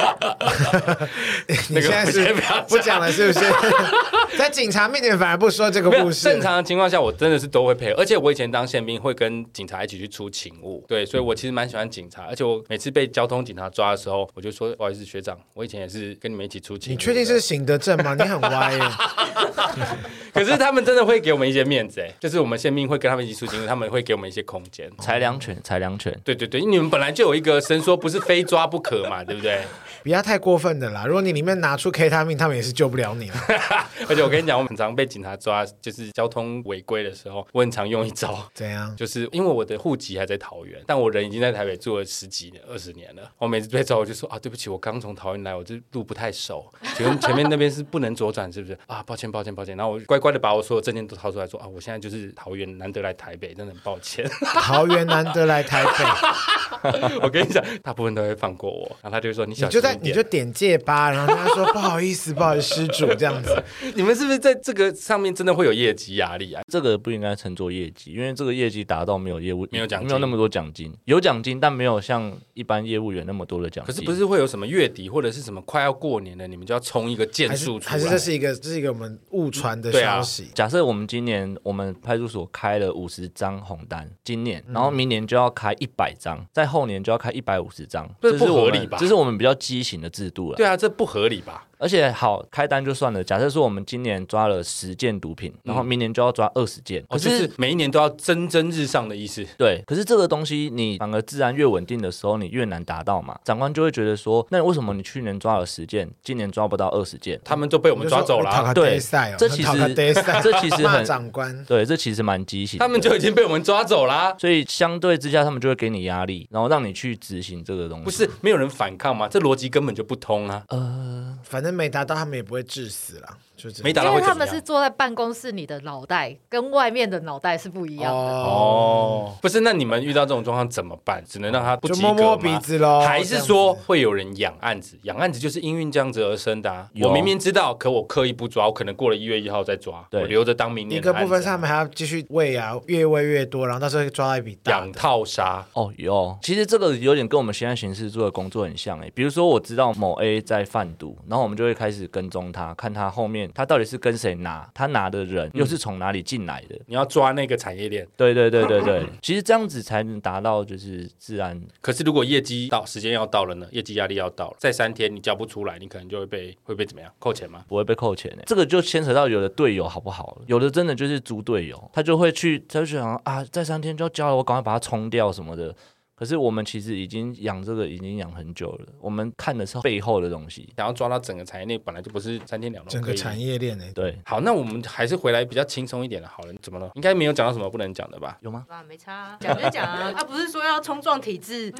你现在是不讲了，是不是？在警察面前反而不说这个没有故事。 正常的情况下，我真的是都会配合，而且我以前当宪兵会跟警察一起去出勤务，对，所以我其实蛮喜欢警察，而且我每次被交通警察抓的时候，我就说不好意思，学长，我以前也是跟你们一起出勤。 你确定是行得正吗？你很歪耶。 可是他们真的会给我们一些面子，哎，就是我们宪兵会跟他们一起出勤，他们会给我们一些空间。 裁量权，裁量权。 对对对，你们本来就有一个伸缩，不是非抓不可嘛，对不对？ 不要太过分的啦！如果你里面拿出 K 他命，他们也是救不了你了。 而且我跟你讲，我很常被警察抓，就是交通违规的时候，我很常用一招， 怎样？ 就是因为我的户籍还在桃园，但我人已经在台北住了十几年、二十年了。我每次被抓，我就说啊，对不起，我刚从桃园来，我这路不太熟，请问前面那边是不能左转，是不是？啊，抱歉，抱歉，抱歉。然后我乖乖的把我所有证件都掏出来说啊，我现在就是桃园，难得来台北，真的很抱歉。 桃园难得来台北， 我跟你讲，大部分都会放过我，然后他就会说你小你就在心一点。 你就点戒疤，然后跟他说不好意思，不好意思，施主这样子。 你们是不是在这个上面真的会有业绩压力啊？ 这个不应该称作业绩，因为这个业绩达到没有业务没有奖金没有那么多奖金，有奖金但没有像一般业务员那么多的奖金。 可是不是会有什么月底或者是什么快要过年了，你们就要冲一个件还是数出来？ 还是这是一个这是一个我们误传的对啊消息。 假设我们今年我们派出所开了五十张红单，今年， 嗯然后明年就要开一百张，在后年就要开一百五十张， 这不是我们合理吧这是我们比较畸形的制度了。 对啊，这不合理吧？ 而且好开单就算了，假设说我们今年抓了十件毒品，然后明年就要抓二十件， 哦， 可就是是每一年都要蒸蒸日上的意思。 对，可是这个东西你反而治安越稳定的时候，你越难达到嘛。长官就会觉得说，那为什么你去年抓了十件，今年抓不到二十件？ 他们都被我们抓走了啊、 对对这其实这其实骂很长官。 对，这其实蛮畸形的。 他们就已经被我们抓走啦、 所以相对之下，他们就会给你压力，然后让你去执行这个东西。 不是没有人反抗吗？这逻辑根本就不通啊！ 呃， 反正没达到，他们也不会致死啦，就这样没达因为他们到会怎么样？ 是坐在办公室里的脑袋，跟外面的脑袋是不一样的。 哦，不是，那你们遇到这种状况怎么办？只能让他不及格吗？ 就摸摸鼻子咯还是说会有人养案子？养案子就是因运这样子而生的啊！ 有我明明知道，可我刻意不抓，我可能过了一月一号再抓， 对我留着当明一年的案子啊个部分上面还要继续喂啊，越喂越多，然后到时候抓到一笔大养的。 套杀。 哦，有，其实这个有点跟我们现在刑事做的工作很像诶。比如说，我知道某 A 在贩毒，然后我们就会开始跟踪他，看他后面他到底是跟谁拿，他拿的人又是从哪里进来的。 你要抓那个产业链， 对对对对对，其实这样子才能达到就是治安。 可是如果业绩到时间要到了呢？业绩压力要到了，再三天你交不出来，你可能就会被会被怎么样？扣钱吗？ 不会被扣钱的，这个就牵扯到有的队友好不好？有的真的就是猪队友，他就会去，他就想啊，再三天就要交了，我赶快把它冲掉什么的。可是我们其实已经养这个已经养很久了，我们看的是背后的东西。 想要抓到整个产业链，本来就不是三天两头可以。 整个产业链呢、 对， 好，那我们还是回来比较轻松一点的。好了，怎么了？应该没有讲到什么不能讲的吧？ 有吗？ 啊，没差、啊，讲就讲啊，啊，不是说要冲撞体制，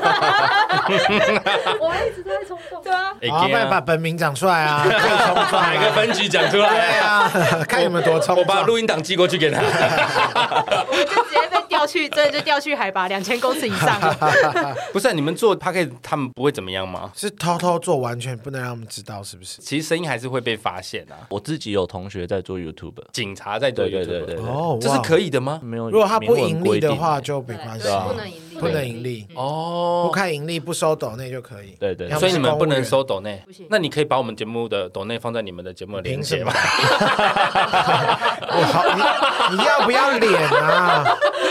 我们一直都在冲撞。 对啊， 哎好，不然把本名讲出来啊，可以冲撞啊哪个分局讲出对来？ 啊，看你们多冲我把撞。 录音档寄过去给他。 我们就直接被调去，真的就调去海拔两千公尺以上。 不是、啊、你们做 Podcast 他们不会怎么样吗？ 是偷偷做，完全不能让他们知道，是不是？ 其实声音还是会被发现啊。 我自己有同学在做 YouTube， 警察在做 YouTube， 对对对对对哦， 这是可以。 以的吗？ 没有。 如果他不盈利的话， 明文规定就没关系对， 啊不能盈利， 不能盈利， 哦不开盈利，不收抖内就可以。 对对对要所以你们不能是收抖内不行， 那你可以把我们节目的抖内放在你们的节目的链接吗？ 我好，你你要不要脸啊？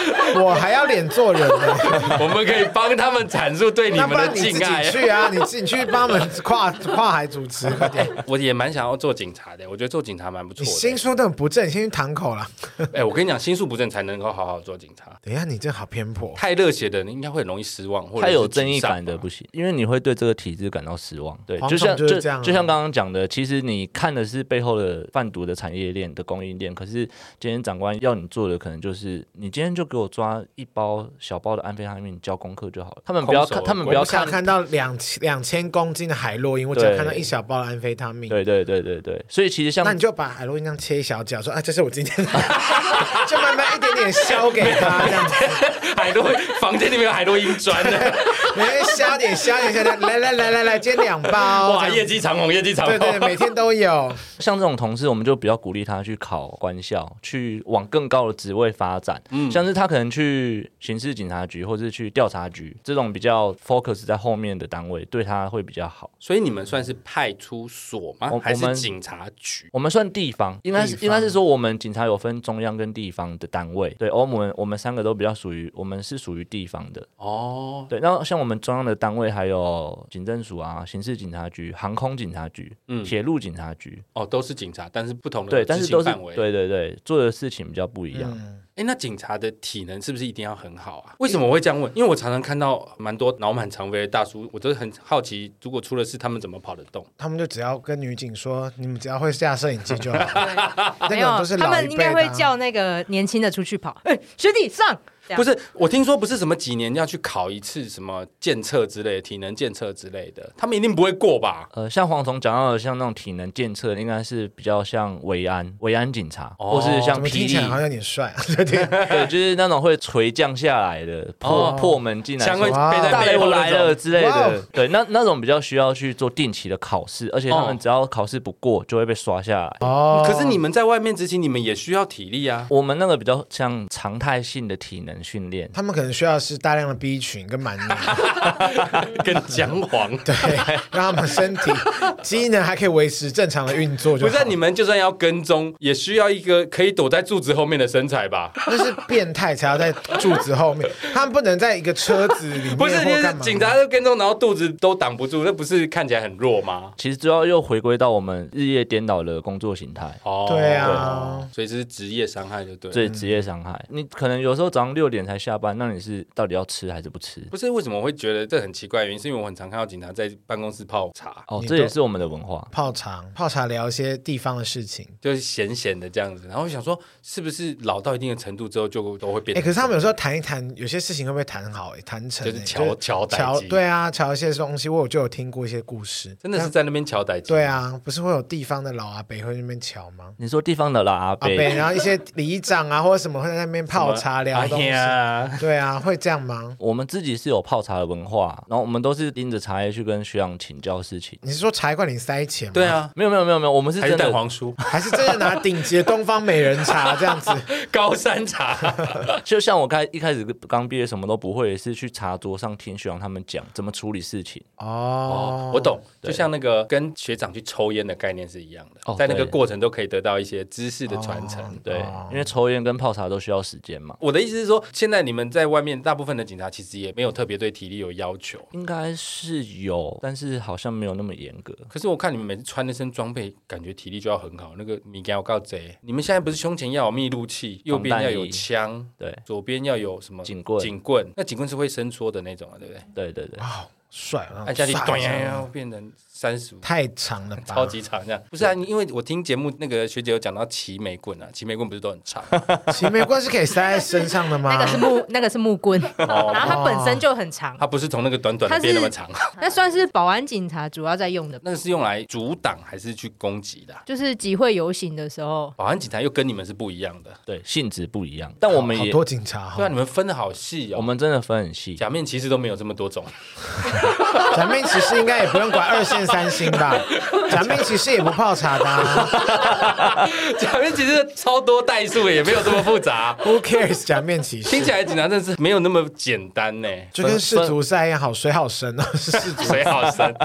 我还要脸做人呢。 我们可以帮他们阐述对你那们的不然你自己敬爱。 去啊，你自己去帮我们跨跨海主持，快点。 我也蛮想要做警察的，我觉得做警察蛮不错你的。 心术那么不正，先去堂口啦。 哎、我跟你讲，心术不正才能够好好做警察。 等一下，你这好偏颇。 太热血的人应该会很容易失望，或者太是有正义沮丧感的不行，因为你会对这个体制感到失望。对， 蝗就像虫就是这样啊就像刚刚讲的，其实你看的是背后的贩毒的产业链的供应链，可是今天长官要你做的可能就是你今天就给我抓一包小包的安非他命，交功课就好了。他们不要看， 空手而他们不要看我不想看到两两千公斤的海洛因，我只要看到一小包的安非他命。 对对对对对，所以其实像那你就把海洛因这样切一小角，说啊，这是我今天的，就慢慢一点点削给他，这样子， 海洛房间里面有海洛因砖的， 每天削点削点削点，来来来来来，今天两包， 哇， 这样业绩长虹，业绩长虹。 对对，每天都有。 像这种同事，我们就比较鼓励他去考官校，去往更高的职位发展。嗯，像是他可能去刑事警察局或者是去调查局这种比较 focus 在后面的单位，对他会比较好。 所以你们算是派出所吗我？ 还我们是警察局？ 我们算地方，应该是地方应该是说我们警察有分中央跟地方的单位。对，而我们我们三个都比较属于，我们是属于地方的。 哦， 对，那像我们中央的单位还有警政署啊、刑事警察局、航空警察局、 嗯铁路警察局。 哦，都是警察，但是不同的对，但执是都是行范围。 对对对，做的事情比较不一样。 嗯， 哎，那警察的体能是不是一定要很好啊？为什么我会这样问？因为我常常看到蛮多脑满肠肥的大叔，我都很好奇，如果出了事，他们怎么跑得动？ 他们就只要跟女警说，你们只要会下摄影机就好。那没有种都是， 他老一辈的啊们应该会叫那个年轻的出去跑。哎，学弟上。这样不是，我听说不是什么几年要去考一次什么检测之类的，体能检测之类的，他们一定不会过吧？ 呃，像黄总讲到的，像那种体能检测，应该是比较像维安、维安警察， 哦或是像怎么听霹雳， 起来好像有点帅啊？ 对，就是那种会垂降下来的，破、 哦破门进来说， 枪会哇背在大雷我背后那种。 来了之类哇哦的，对，那那种比较需要去做定期的考试，而且他哦们只要考试不过，就会被刷下来。 哦可是你们在外面执勤，你们也需要体力啊。 我们那个比较像常态性的体能训练， 他们可能需要是大量的 B 群跟蛮力， 跟姜黄。 对，让他们身体机能还可以维持正常的运作就好。 不是你们就算要跟踪，也需要一个可以躲在柱子后面的身材吧？ 那是变态才要在柱子后面，他们不能在一个车子里面不是，就是或干嘛警察跟踪，然后肚子都挡不住，那不是看起来很弱吗？ 其实主要又回归到我们日夜颠倒的工作形态。 哦， 对啊， 所以这是职业伤害，就对了。 对职业伤害，你可能有时候早上六点才下班，那你是到底要吃还是不吃？ 不是为什么我会觉得这很奇怪的原因，是因为我很常看到警察在办公室泡茶， 哦， 你都这也是我们的文化。 泡茶，泡茶聊一些地方的事情。 就是闲闲的这样子。然后我想说，是不是老到一定的程度之后就都会变哎， 成？ 可是他们有时候谈一谈，有些事情会不会谈好？哎，谈成哎就是瞧瞧代瞧， 际对啊，瞧一些东西，我有就有听过一些故事， 真的是在那边瞧歹机。 对啊，不是会有地方的老阿伯会在那边瞧吗？ 你说地方的老阿伯， 阿伯，然后一些里长啊或者什么会在那边泡茶聊东西， 啊， 对啊，会这样吗？ 我们自己是有泡茶的文化，然后我们都是拎着茶叶去跟学长请教事情。 你是说茶馆里塞钱吗？ 对，啊， 没有没有没有没有，我们是还是真的蛋黄酥、 还是真的拿顶级的东方美人茶这样子？ 高山茶。 就像我开一开始刚毕业什么都不会，也是去茶桌上听学长他们讲怎么处理事情。 哦哦，我懂，就像那个跟学长去抽烟的概念是一样的， 哦在那个对过程都可以得到一些知识的传承。 对， 哦因为抽烟跟泡茶都需要时间嘛。 我的意思是说，现在你们在外面，大部分的警察其实也没有特别对体力有要求。 应该是有，但是好像没有那么严格。 可是我看你们每次穿那身装备，感觉体力就要很好。那个米干我告贼，你们现在不是胸前要有密录器，右边要有枪， 对左边要有什么警棍警棍，那警棍是会伸缩的那种啊，对不对？ 对对对， 哇，帅啊！ 按下去， 唰短呀，变成三十五。 太长了吧？ 超级长这样，不是啊？你因为我听节目那个学姐有讲到齐眉棍啊，齐眉棍不是都很长？ 齐眉棍是可以塞在身上的吗？ 那个是木，那个是木棍， 哦然后它本身就很长， 它不是从那个短短的它是变那么长， 那算是保安警察主要在用的， 那个是用来阻挡还是去攻击的啊？ 就是集会游行的时候。 保安警察又跟你们是不一样的， 对性质不一样，但我们也好多警察对啊， 哈， 你们分的好细哦。 我们真的分很细。 假面骑士都没有这么多种， 假面骑士应该也不用管二线三星吧？假面骑士也不泡茶的啊假面骑士超多代数也没有这么复杂。 ，Who cares？假面骑士听起来警察真的是没有那么简单呢， 就跟世足赛一样，好水好深哦，是世足水好深。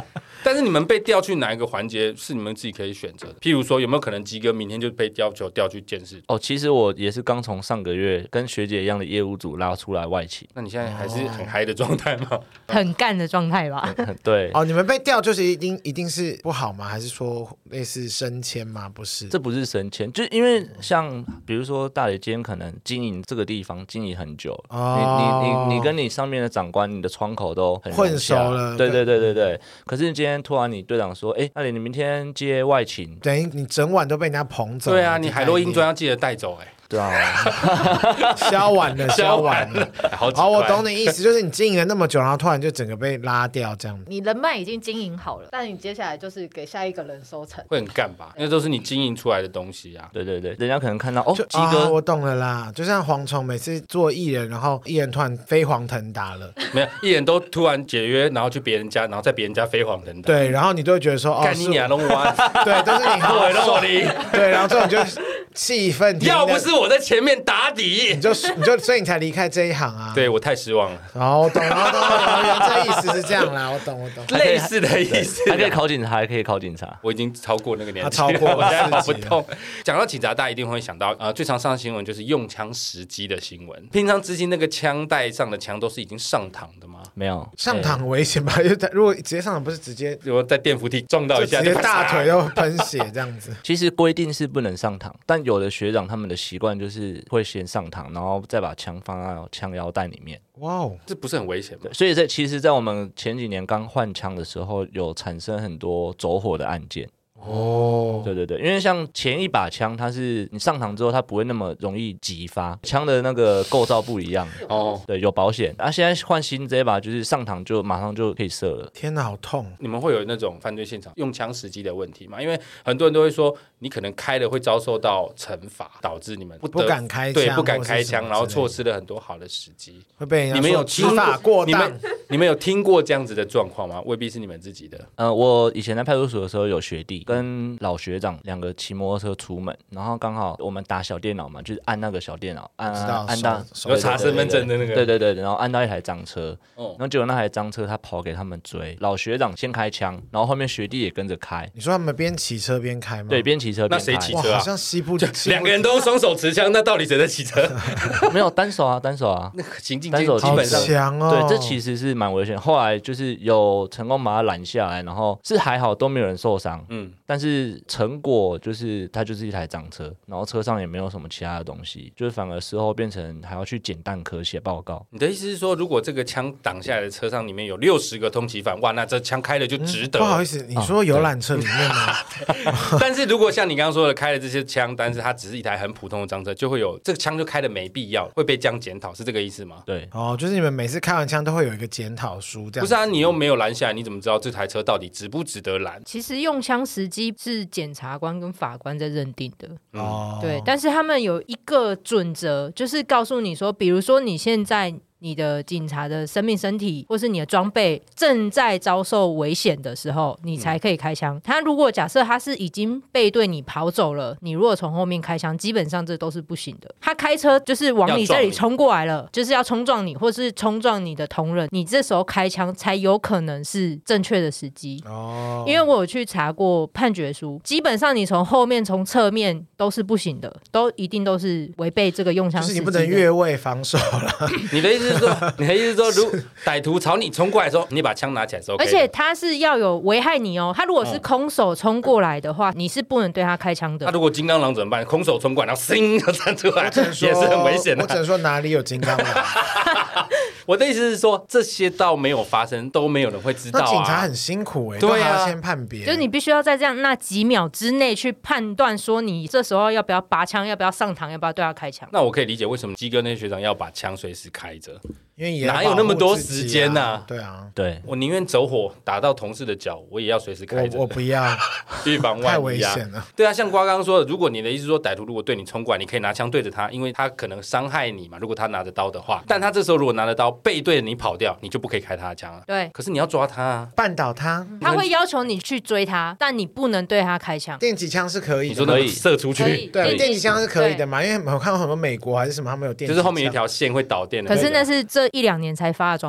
但是你们被调去哪一个环节是你们自己可以选择的？譬如说，有没有可能鸡哥明天就被要求调去监视？ 哦，其实我也是刚从上个月跟学姐一样的业务组拉出来外勤。 那你现在还是很嗨的状态吗？ 很干的状态吧。 对， 哦，你们被调就是一定一定是不好吗？还是说类似升迁吗？不是， 这不是升迁，就因为像比如说大磊今天可能经营这个地方经营很久， 哦、 你你你你跟你上面的长官，你的窗口都很混熟了。 对对对对对。可是今天突然你队长说，哎，大磊你明天接外勤， 等于你整晚都被人家捧走。 对啊，你海洛因砖要记得带走哎、欸。 对啊， 消完了，消完了。 好， 好，我懂你意思，就是你经营了那么久，然后突然就整个被拉掉这样子。 你人脉已经经营好了，但你接下来就是给下一个人收成， 会很干吧？因为都是你经营出来的东西啊。 对对对，人家可能看到哦，鸡啊、 哥， 我懂了啦。就像蝗虫每次做艺人，然后艺人突然飞黄腾达了， 没有，艺人都突然解约，然后去别人家，然后在别人家飞黄腾达。 对，然后你都会觉得说，哦， 干你娘弄完， 对，都是你后悔了我的。 对，然后这种就气愤， 要不是我在前面打底， 你就你就所以你才离开这一行啊。 对我太失望了。 哦，我懂，然后懂，原来这意思是这样啦，我懂，我懂。 类似的意思， 还可以考警察，还可以考警察。 我已经超过那个年纪， 超过， 我现在跑不动。讲到警察，大家一定会想到，呃，最常上的新闻就是用枪时机的新闻。平常执行那个枪带上的枪都是已经上膛的吗？ 没有， 上膛很危险吧？因为如果直接上膛，不是直接如果在电扶梯撞到一下， 直接大腿都喷血这样子。 其实规定是不能上膛，但有的学长他们的习惯就是会先上膛，然后再把枪放到枪腰带里面。 哇哦， 这不是很危险吗？ 所以在其实，在我们前几年刚换枪的时候，有产生很多走火的案件。哦，对对对，因为像前一把枪，它是你上膛之后，它不会那么容易击发，枪的那个构造不一样。哦，对，有保险。啊，现在换新这一把，就是上膛就马上就可以射了。 天哪，好痛！ 你们会有那种犯罪现场用枪时机的问题吗？因为很多人都会说，你可能开了会遭受到惩罚，导致你们不不敢开枪， 对，不敢开枪，然后错失了很多好的时机， 会被人家你们有执法过当。 你们你们有听过这样子的状况吗？未必是你们自己的。 呃，我以前在派出所的时候，有学弟跟老学长两个骑摩托车出门，然后刚好我们打小电脑嘛，就是按那个小电脑，按按按到有查身份证的那个， 对对对，然后按到一台赃车，然后结果那台赃车他跑给他们追，老学长先开枪，然后后面学弟也跟着开。 你说他们边骑车边开吗？ 对，边骑车边开。 那谁骑车啊？ 好像西部两个人都双手持枪，那到底谁在骑车？ 没有单手啊，单手啊， 那个行进单手基本上强哦。 对，这其实是蛮危险。后来就是有成功把他拦下来，然后是还好都没有人受伤，嗯，但是成果就是它就是一台赃车，然后车上也没有什么其他的东西，就是反而事后变成还要去检弹科写报告。 你的意思是说，如果这个枪挡下来的车上里面有六十个通缉犯，哇，那这枪开了就值得。 嗯、不好意思，你说游览车里面吗？ 但是如果像你刚刚说的开了这些枪，但是它只是一台很普通的赃车，就会有这个枪就开的没必要，会被这样检讨，是这个意思吗？ 对， 哦，就是你们每次开完枪都会有一个检讨书，这样不是啊？你又没有拦下来，你怎么知道这台车到底值不值得拦？ 其实用枪时机是检察官跟法官在认定的， 哦， 对，但是他们有一个准则，就是告诉你说，比如说你现在你的警察的生命、身体，或是你的装备正在遭受危险的时候，你才可以开枪。嗯、他如果假设他是已经背对你跑走了，你如果从后面开枪，基本上这都是不行的。他开车就是往你这里冲过来了，就是要冲撞你，或是冲撞你的同仁，你这时候开枪才有可能是正确的时机。哦，因为我有去查过判决书，基本上你从后面、从侧面都是不行的，都一定都是违背这个用枪时机的。 就是你不能越位防守了。 你的意思？是说，你的意思是说，如歹徒朝你冲过来的时候，你把枪拿起来的时候， 而且他是要有危害你哦。他如果是空手冲过来的话，嗯、你是不能对他开枪的。 他如果金刚狼怎么办？空手冲过来，然后声就站出来，也是很危险的。 我只能说哪里有金刚狼。 我的意思是说，这些倒没有发生，都没有人会知道、啊。 那警察很辛苦哎、欸， 对啊， 都还要先判别， 就是你必须要在这样那几秒之内去判断，说你这时候要不要拔枪，要不要上膛，要不要对他开枪。 那我可以理解为什么鸡哥那些学长要把枪随时开着。 因为也哪有那么多时间呐、啊？ 对啊， 对， 我宁愿走火打到同事的脚，我也要随时开着。 我, 我不要， 预防万一、啊， 太危险了。 对啊，像瓜刚刚说的，如果你的意思是说歹徒如果对你冲过来，你可以拿枪对着他，因为他可能伤害你嘛。如果他拿着刀的话，但他这时候如果拿着刀背对着你跑掉，你就不可以开他的枪啊。 对， 可是你要抓他啊， 绊倒他， 他会要求你去追他，但你不能对他开枪。 电击枪是可以的， 你说可以射出去， 对，电击枪是可以的嘛？因为我看到很多美国还是什么，他们有电击枪， 就是后面有一条线会导电的、 那個。可是那是这一两年才发的装备。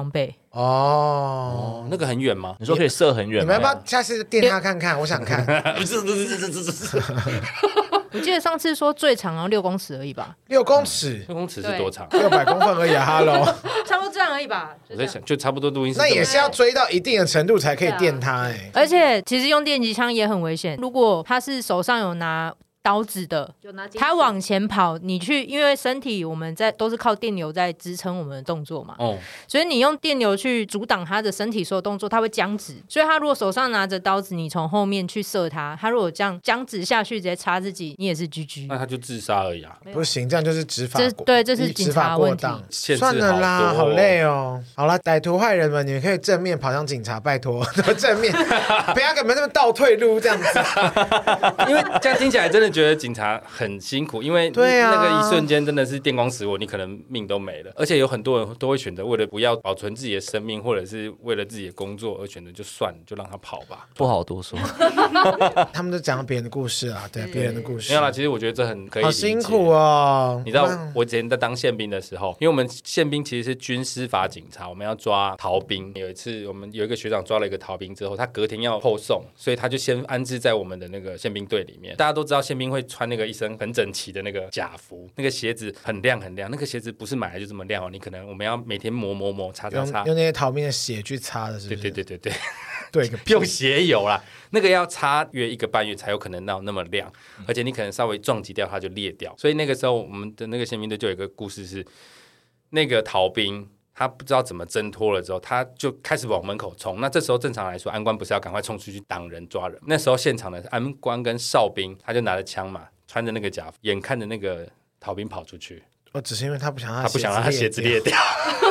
哦， 那个很远吗？ 你说可以射很远吗？ 你们要不要下次电他看看？我想看不是不是不是不是不是， 我记得上次说最长要六公尺而已吧， 六公尺， 六公尺是多长？ 六百公分而已啊！Hello， 差不多这样而已吧。 我在想，就差不多录音室。 那也是要追到一定的程度才可以电他哎。 而且其实用电击枪也很危险，如果他是手上有拿刀子的，他往前跑，你去，因为身体我们在都是靠电流在支撑我们的动作嘛，哦，所以你用电流去阻挡他的身体所有动作，他会僵直。所以他如果手上拿着刀子，你从后面去射他，他如果这样僵直下去，直接插自己，你也是 G G。 那他就自杀而已啊！ 不行，这样就是执法过， 对，这是警察问题。 算了啦，好累哦。好了，歹徒坏人们，你们可以正面跑向警察，拜托，正面，不要给你们那么倒退路这样子。 因为这样听起来真的觉得警察很辛苦，因为那个一瞬间真的是电光石火，你可能命都没了。而且有很多人都会选择为了不要保存自己的生命，或者是为了自己的工作而选择就算了，就让他跑吧。 不好多说。 他们都讲别人的故事啊，对别人的故事。 没有啦，其实我觉得这很可以。 好辛苦哦。 你知道我以前在当宪兵的时候，因为我们宪兵其实是军司法警察，我们要抓逃兵。有一次我们有一个学长抓了一个逃兵之后，他隔天要后送，所以他就先安置在我们的那个宪兵队里面。大家都知道宪兵会穿那个一身很整齐的那个甲服，那个鞋子很亮很亮，那个鞋子不是买来就这么亮哦，你可能我们要每天磨磨磨擦擦擦， 用那些逃兵的血去擦的，是不是？ 对对对对对。 对， 用鞋油啦，那个要擦约一个半月才有可能到那么亮，而且你可能稍微撞击掉它就裂掉。所以那个时候我们的那个宪兵队就有一个故事是，那个逃兵他不知道怎么挣脱了之后，他就开始往门口冲。那这时候正常来说，安官不是要赶快冲出去挡人抓人？那时候现场的安官跟哨兵，他就拿着枪嘛，穿着那个甲服，眼看着那个逃兵跑出去。 哦，只是因为他不想让 他, 他不想让他鞋子裂掉。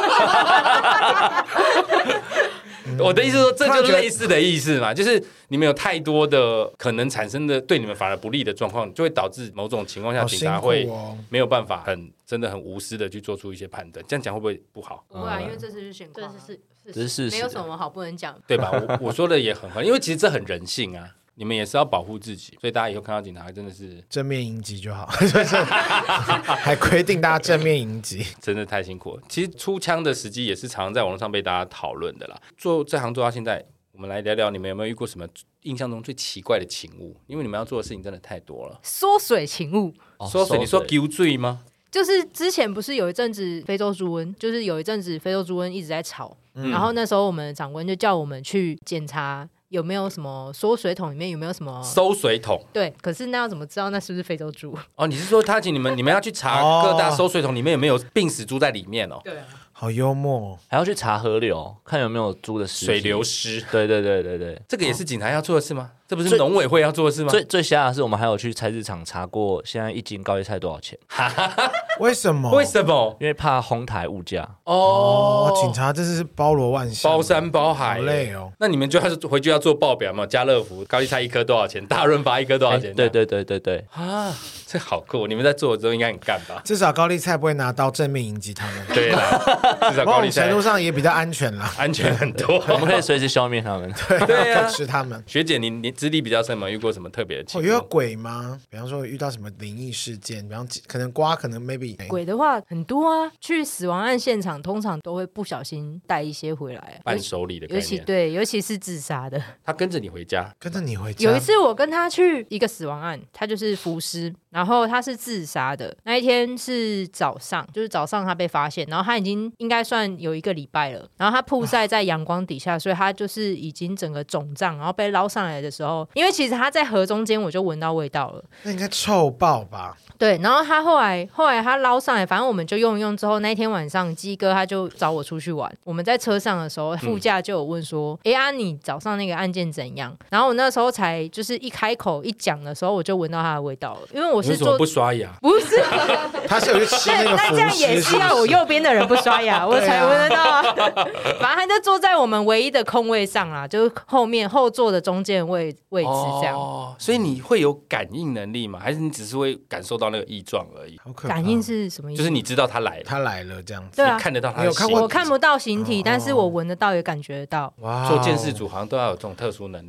我的意思说，这就是类似的意思嘛，就是你们有太多的可能产生的对你们反而不利的状况，就会导致某种情况下警察会没有办法很真的很无私的去做出一些判断。这样讲会不会不好？ 不会，因为这是现况，这是这是事实， 没有什么好不能讲， 对吧？我我说的也很合理，因为其实这很人性啊。你们也是要保护自己，所以大家以后看到警察真的是正面迎击就好，还规定大家正面迎击， 真的太辛苦了。其实出枪的时机也是常常在网络上被大家讨论的啦。做这行做到现在，我们来聊聊你们有没有遇过什么印象中最奇怪的情物？因为你们要做的事情真的太多了。 缩水情物， 哦、缩水，你说丢罪吗？ 就是之前不是有一阵子非洲猪瘟，就是有一阵子非洲猪瘟一直在吵，嗯、然后那时候我们的长官就叫我们去检查。有没有什么缩水桶里面有没有什么收水桶？ 对，可是那要怎么知道那是不是非洲猪？ 哦，你是说他请你们，你们要去查各大收水桶里面有没有病死猪在里面哦？ 对啊。 好幽默， 还要去查河流，看有没有猪的尸体水流失。 对对对对对， 这个也是警察要做的事吗？这不是农委会要做的事吗？ 最最瞎的是，我们还有去菜市场查过，现在一斤高丽菜多少钱？ 为什么？ 为什么？ 因为怕哄抬物价。 哦，警察真是包罗万象， 包山包海， 好累哦。 那你们就要回去要做报表嘛？家乐福高丽菜一颗多少钱？大润发一颗多少钱？ 对对对对对啊，这好酷！你们在做的时候应该很干吧？ 至少高丽菜不会拿刀正面迎击他们。 对啦，至少高丽菜程度上也比较安全啦， 安全很多。 我们可以随时消灭他们。 对啊，吃他们。 学姐，你你资历比较深嘛？遇过什么特别的情况？ 我遇到鬼吗？比方说遇到什么灵异事件，比方可能刮，可能 maybe 鬼的话很多啊。去死亡案现场，通常都会不小心带一些回来， 伴手礼的概念。 尤其对，尤其是自杀的。 他跟着你回家， 跟着你回家。 有一次我跟他去一个死亡案，他就是浮尸，然后他是自杀的。那一天是早上，就是早上他被发现，然后他已经应该算有一个礼拜了，然后他曝晒在阳光底下，所以他就是已经整个肿胀，然后被捞上来的时候，因为其实他在河中间，我就闻到味道了。 那应该臭爆吧？ 对，然后他后来后来他捞上来，反正我们就用一用之后，那一天晚上鸡哥他就找我出去玩。我们在车上的时候，副驾就有问说：“哎、嗯、啊，你早上那个案件怎样？”然后我那时候才就是一开口一讲的时候，我就闻到他的味道了，因为我是做为什么不刷牙？ 不是， 他是有去吃那个那这样也是要我右边的人不刷牙，我才闻得到啊。反正他就坐在我们唯一的空位上啦，就是后面后座的中间位位置这样。 哦，所以你会有感应能力吗？还是你只是会感受到那个异状而已？ 好可怕。 感应是什么意思？ 就是你知道他来了， 他来了这样子， 对啊， 你看得到他的。 你有看过？ 我看不到形体，哦、但是我闻得到，也感觉得到。 哇， 做监视组好像都要有这种特殊能力。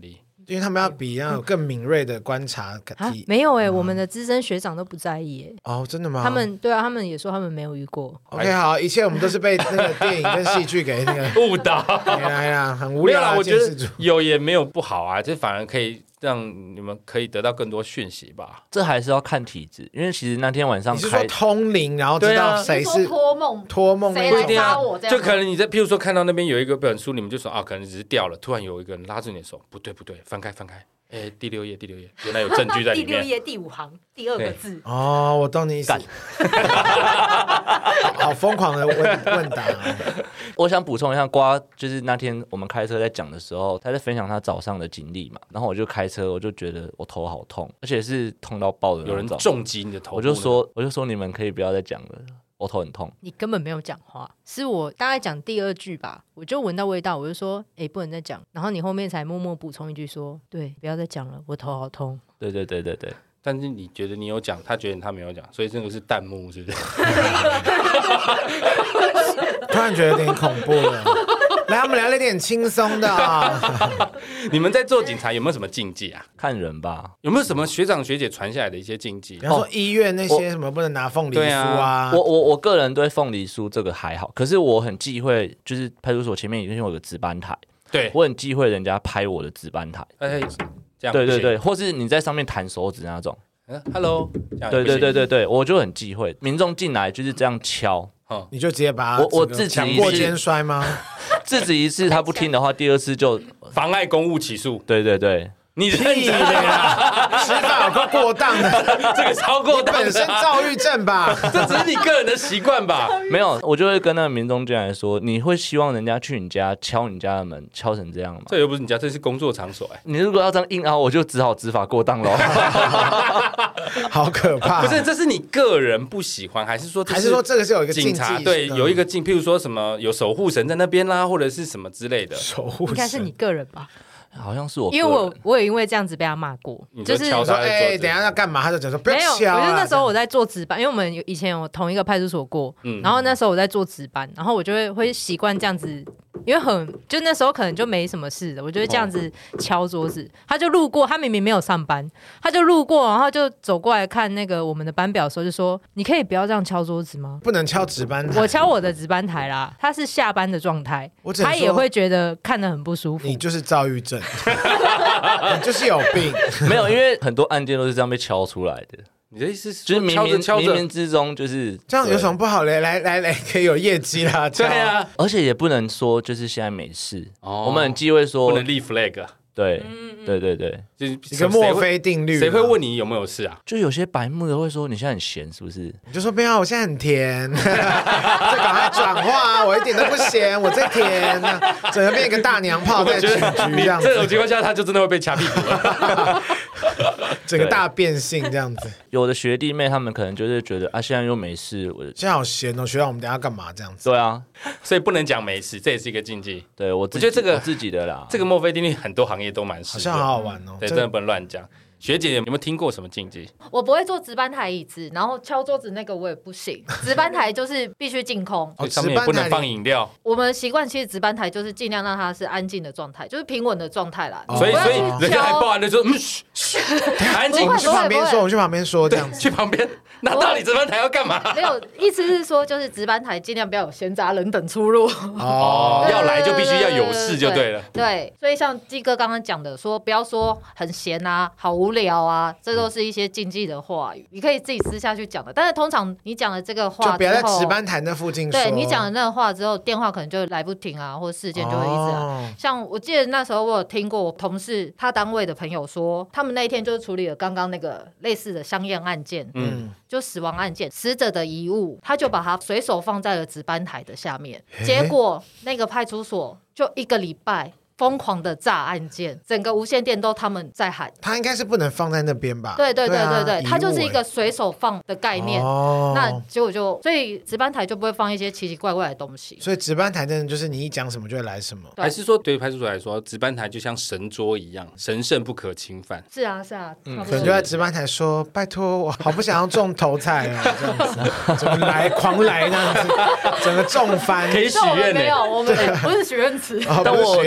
因为他们要比要有更敏锐的观察啊体。 没有哎、欸，我们的资深学长都不在意哎、 欸。哦，真的吗？ 他们对啊，他们也说他们没有遇过。 OK， 好，一切我们都是被那个电影跟戏剧给那个误导。 哎呀，很无聊啊。 我觉得有也没有不好啊，这反而可以让你们可以得到更多讯息吧。 这还是要看体质，因为其实那天晚上你是说通灵，然后知道谁是托梦托梦， 谁来杀我这样？ 就可能你在譬如说看到那边有一个本书，你们就说啊，可能只是掉了，突然有一个人拉住你的手，不对不对，翻开翻开。哎，第六页，第六页，原来有证据在里面。 第六页第五行第二个字。 哦，我懂你意思。好疯狂的问问答、啊。 我想补充一下，瓜就是那天我们开车在讲的时候，他在分享他早上的经历嘛，然后我就开车，我就觉得我头好痛，而且是痛到爆的那种。 有人重击你的头， 我就说，我就说你们可以不要再讲了。我头很痛， 你根本没有讲话，是我大概讲第二句吧，我就闻到味道，我就说，哎、欸，不能再讲，然后你后面才默默补充一句说，对，不要再讲了，我头好痛。 对对对对对。 但是你觉得你有讲，他觉得他没有讲，所以这个是弹幕，是不是？ 突然觉得有点恐怖了。来，我们聊一点轻松的啊。 你们在做警察有没有什么禁忌啊？ 看人吧， 有没有什么学长学姐传下来的一些禁忌？ 比方说医院那些什么不能拿凤梨酥啊。 我我我个人对凤梨酥这个还好，可是我很忌讳，就是派出所前面已经有个值班台， 对我很忌讳人家拍我的值班台。 哎，这样对对对，或是你在上面弹手指那种。 嗯 ，Hello， 对对对对对，我就很忌讳民众进来就是这样敲。 你就直接把他我我自己抢过肩摔吗？ 制止一次他不听的话，第二次就妨碍公务起诉。 对对对， 你认真啦，司法有够过当的， 这个超过当的、啊， 本身躁郁症吧？ 这只是你个人的习惯吧？ 没有，我就会跟那个民众进来说，你会希望人家去你家敲你家的门，敲成这样吗？ 这又不是你家，这是工作场所哎、欸。 你如果要这样硬凹，我就只好执法过当喽。 好可怕！ 不是，这是你个人不喜欢，还是说还是说这个是有一个警察对有一个禁，譬如说什么有守护神在那边啦，或者是什么之类的守护神， 应该是你个人吧？ 好像是我， 因为我我也因为这样子被他骂过， 就是说哎，等一下要干嘛？他就讲说不要敲、啊。 没有，我就那时候我在做值班，因为我们以前有同一个派出所过，嗯、然后那时候我在做值班，然后我就会会习惯这样子，因为很就那时候可能就没什么事的，我就会这样子敲桌子。他就路过，他明明没有上班，他就路过，然后就走过来看那个我们的班表的时候，就说：“你可以不要这样敲桌子吗？ 不能敲值班台。” 我敲我的值班台啦，他是下班的状态，他也会觉得看得很不舒服。 你就是躁郁症。你就是有病， 没有，因为很多案件都是这样被敲出来的。 你的意思是， 就是冥冥敲着冥冥之中就是这样，有什么不好嘞？来来来，可以有业绩啦。 对啊， 而且也不能说就是现在没事，哦、我们很忌讳说不能立 flag。 对，对对对， 就是一个墨菲定律。 谁会问你有没有事啊？ 就有些白目的会说你现在很闲是不是？ 你就说不要，我现在很甜，再赶快转化，我一点都不咸，我最甜，整个变一个大娘炮在群居这样子。 这种情况下，他就真的会被掐屁股了。 整个大变性这样子。 有的学弟妹他们可能就是觉得啊，现在又没事，我现在好闲哦，学长我们等一下干嘛这样子？ 对啊， 所以不能讲没事，这也是一个禁忌。 对我， 我觉得这个自己的啦， 这个墨菲定律很多行业都蛮适合， 好像好好玩哦。 对，真的不能乱讲。学姐有没有听过什么禁忌？ 我不会坐值班台椅子，然后敲桌子那个我也不行。值班台就是必须净空， 哦、上面也不能放饮料。 我们习惯其实值班台就是尽量让它是安静的状态，就是平稳的状态啦。 哦、所以所以人家还报案的时候，嗯，嘘，安静。 我们去旁边说，我们去旁边说这样子， 去旁边。那到底值班台要干嘛？ 没有，意思是说就是值班台尽量不要有闲杂人等出入。 哦，要来就必须要有事就对了。 对，对所以像基哥刚刚讲的，说不要说很闲啊，好无聊啊。这都是一些禁忌的话语，你可以自己私下去讲的。但是通常你讲了这个话之后， 就不要在值班台那附近说。 对你讲了那个话之后，电话可能就来不停啊，或者事件就会一直啊。哦、像我记得那时候我有听过我同事他单位的朋友说，他们那一天就是处理了刚刚那个类似的香艳案件，嗯，就死亡案件，死者的遗物，他就把它随手放在了值班台的下面，结果那个派出所就一个礼拜。疯狂的炸案件，整个无线电都他们在喊， 他应该是不能放在那边吧？ 对对对对对， 啊、 它就是一个随手放的概念。哦、那结果就，所以值班台就不会放一些奇奇怪怪的东西。 所以值班台真的就是你一讲什么就会来什么， 还是说对派出所来说，值班台就像神桌一样，神圣不可侵犯？ 是啊是啊， 嗯、可能就在值班台说：“拜托，我好不想要中头彩啊，这样子，怎么来狂来这样子，整个中翻。” 可以许愿没有，我们不是许愿池。 但我但我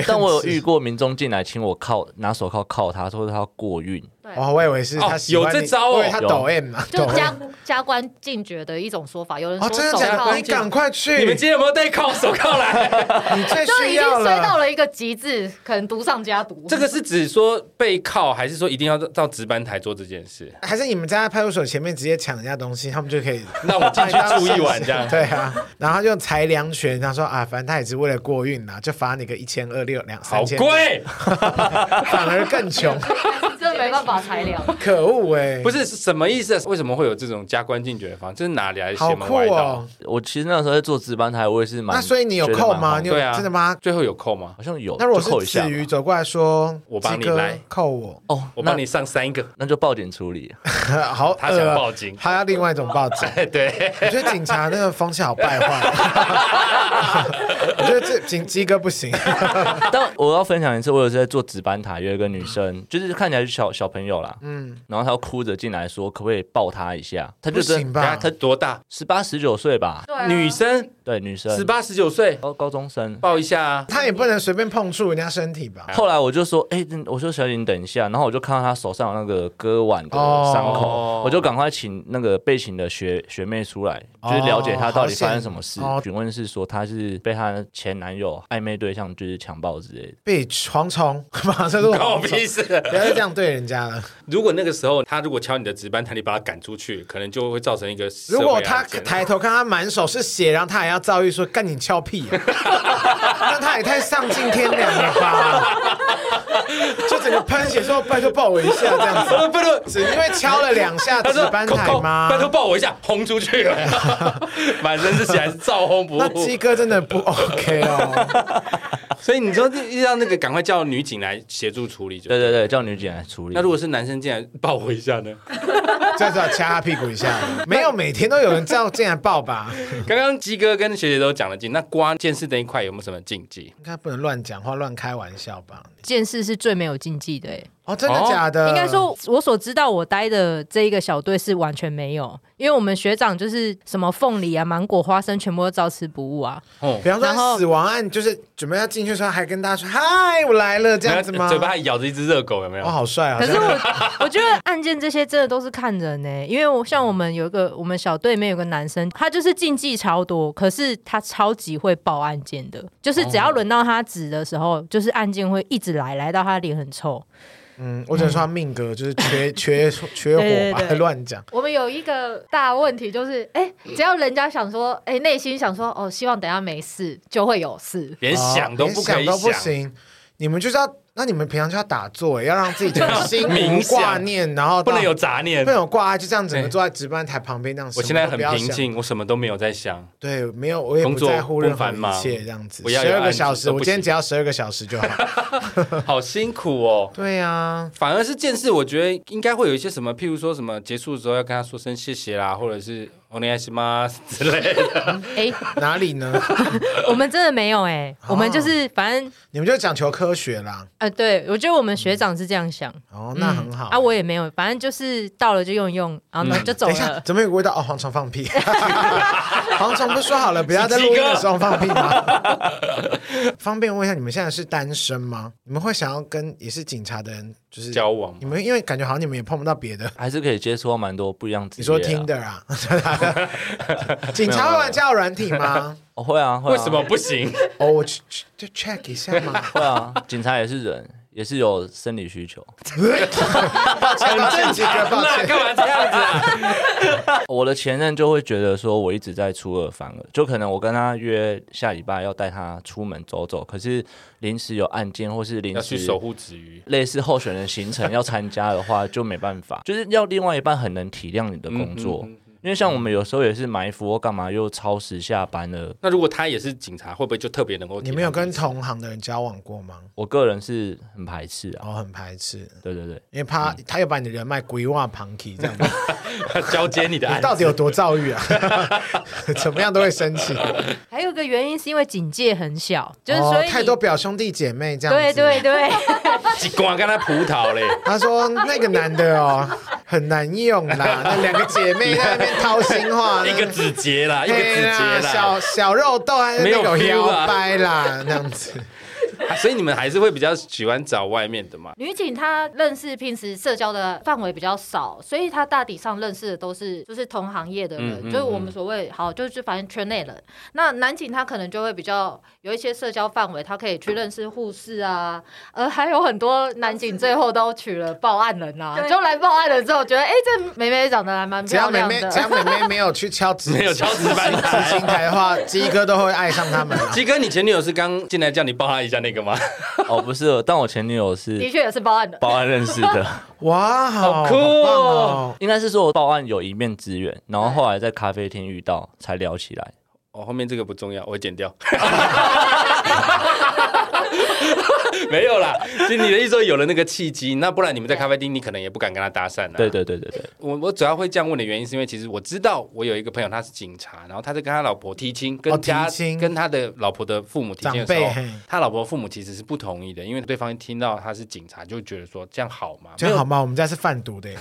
有遇过民众进来请我铐拿手铐铐他，说他要过运。 哦，我以为是他喜欢哦有这招哦我以为他抖 M 嘛，抖 M 就加加官进爵的一种说法。有人说哦，真的手铐假的？你赶快去！ 你们今天有没有带铐手铐来？ 你最就已经需要衰到了。 了一个极致，可能毒上加毒。 这个是指说被铐，还是说一定要到值班台做这件事？ 还是你们在派出所前面直接抢人家东西，他们就可以那我进去住一晚这样。 对啊，然后他就裁量权，他说啊，反正他也是为了过运啦，就罚你个一千二六两好三千， 贵， 反而更穷， 真的没办法裁量。 可恶哎！ 不是什么意思？为什么会有这种加官进爵的方式？这是哪里来的邪好酷门歪道？ 哦。 我其实那时候在做值班台，我也是蛮…… 那所以你有扣吗？你有对啊真的吗？ 最后有扣吗？ 好像有， 那如果就扣一下是子瑜走过来说， 我帮你鸡哥来扣我， 哦，那我帮你上三个。 那就报警处理。 好， 他想报警他要另外一种报警。 对， 我觉得警察那个风气好败坏，我觉得这警鸡哥不行。 但我要分享一次，我有次在做值班台，有一个女生，就是看起来是小小朋友啦，嗯，然后她哭着进来说，可不可以抱她一下？她就真不行吧等下他多大？ 十八十九岁吧， 对啊女生对，女生十八十九岁， 高高中生。 抱一下啊。 他也不能随便碰触人家身体吧？ 后来我就说，哎、我说小姐你等一下，然后我就看到她手上有那个割腕的伤口， 哦我就赶快请那个被请的学学妹出来，就是了解她到底发生什么事。 哦好险哦询问是说她是被她前男友暧昧对象就是强暴之类的。 被蝗虫，马上说关我蝗虫屁，事！ 不要再这样对人家了。 如果那个时候他如果敲你的值班台，你把他赶出去，可能就会造成一个社如会果他案件抬头看他满手是血，然后他还要遭遇说干你俏屁、啊，那他也太丧尽天良了吧？就整个喷血说拜托抱我一下这样子， 不不只因为敲了两下他说值班台吗？ 拜托抱我一下，轰出去了，满身是血还是照轰不那误。 鸡哥真的不 OK 哦。 所以你说让那个赶快叫女警来协助处理就。 对对对，叫女警来处理。 那如果是男生进来抱我一下呢？ 这是要掐他屁股一下，没有每天都有人这样进来抱吧？ 刚刚鸡哥跟学姐都讲了禁，那刮见识这一块有没有什么禁忌？ 应该不能乱讲话、乱开玩笑吧？ 见识是最没有禁忌的、欸， 哦，真的假的？ 应该说，我所知道我待的这一个小队是完全没有，因为我们学长就是什么凤梨啊、芒果、花生，全部都照吃不误啊。 哦， 比方然后说死亡案，就是准备要进去的时候，还跟大家说“嗨，我来了”这样子吗？ 嘴巴还咬着一只热狗，有没有？ 哦，好帅啊！ 可是我我觉得案件这些真的都是看人呢、欸，因为我像我们有一个我们小队里面有个男生，他就是禁忌超多，可是他超级会报案件的，就是只要轮到他指的时候，就是案件会一直来，来到他脸很臭。 嗯，我只能说他命格就是缺缺缺火吧， 对对对乱讲。 我们有一个大问题，就是哎，只要人家想说，哎，内心想说，哦，希望等一下没事，就会有事。 连想都不可以哦连想都不行。你们就是要，那你们平常就要打坐，要让自己整个心无冥想挂念，然后不能有杂念不。能有挂碍，就这样整个坐在值班台旁边这样。 我现在很什么都不要想， 平静，我什么都没有在想。 对，没有，我也不工作在乎任何不繁忙一切，这样子。 不要有十二个案子小时， 都不行我今天只要十二个小时就好。 好辛苦哦。 对啊， 反而是见识，我觉得应该会有一些什么，譬如说什么结束的时候要跟他说声谢谢啦，或者是お願いします之类的。 哎、 哪里呢？ 我们真的没有哎、我们就是反正你们就讲求科学啦。 呃，对我觉得我们学长是这样想。 哦，那很好。 啊，我也没有，反正就是到了就用一用，然后呢、就走等一下， 了。 怎么有个味道？哦，蝗虫放屁。蝗虫不是说好了不要在录音的时候放屁吗？方便问一下，你们现在是单身吗？你们会想要跟也是警察的人就是交往你们因为感觉好像你们也碰不到别的。 还是可以接触到蛮多不一样职业、啊。 你说听的啊？警察会玩交友软体吗？ 哦，会啊，会啊。 为什么不行？ 哦，我去去就 check 一下嘛。 会啊？警察也是人，也是有生理需求。 抱歉，抱歉，鸡哥，抱歉。 那干嘛这样子啊？ 我的前任就会觉得说，我一直在出尔反尔，就可能我跟他约下礼拜要带他出门走走，可是临时有案件或是临时要去守护子鱼。 类似候选人行程要参加的话，就没办法，就是要另外一半很能体谅你的工作。 嗯嗯嗯因为像我们有时候也是埋伏或干嘛，又超时下班了。 那如果他也是警察，会不会就特别能够？ 你们有跟同行的人交往过吗？ 我个人是很排斥啊， 哦，很排斥， 对对对， 因为怕他又把你的人脉规划旁体这样子。 交接你的案子？ 你到底有多躁郁啊？怎么样都会生气。 还有一个原因是因为警戒很小，就是哦所以你、 太多表兄弟姐妹这样子。 对对对， 一光跟他葡萄嘞。 他说那个男的哦很难用啦，那两个姐妹在那边掏心话， 一个指节啦，一个指嘿啦节啦。 小小肉豆还是那没有种 feel 啊摇摆啦，那样子。 所以你们还是会比较喜欢找外面的嘛？ 女警她认识平时社交的范围比较少，所以她大体上认识的都是就是同行业的人， 嗯嗯就是我们所谓好就是反正圈内人。那男警他可能就会比较有一些社交范围，他可以去认识护士啊，而还有很多男警最后都娶了报案人啊，就来报案人之后觉得哎、欸、这妹妹长得还蛮漂亮的， 只要妹妹只要妹妹没有去敲直没有敲直班执行台的话，鸡哥都会爱上他们、啊。 鸡哥，你前女友是刚进来叫你抱他一下那个吗？ 哦，不是，但我前女友是的确也是报案的， 报案认识的。 哇， 好酷哦！ 哦应该是说我报案有一面之缘，然后后来在咖啡厅遇到，才聊起来。 哦，后面这个不重要，我会剪掉。没有啦，就你的意思说有了那个契机，那不然你们在咖啡厅，你可能也不敢跟他搭讪啊。 对对对对对， 我我主要会这样问的原因，是因为其实我知道我有一个朋友他是警察，然后他在跟他老婆提亲，跟家、 哦、提亲跟他的老婆的父母提亲的时候长辈， 他老婆父母其实是不同意的，因为对方一听到他是警察，就会觉得说这样好吗？ 这样好吗？我们家是贩毒的耶，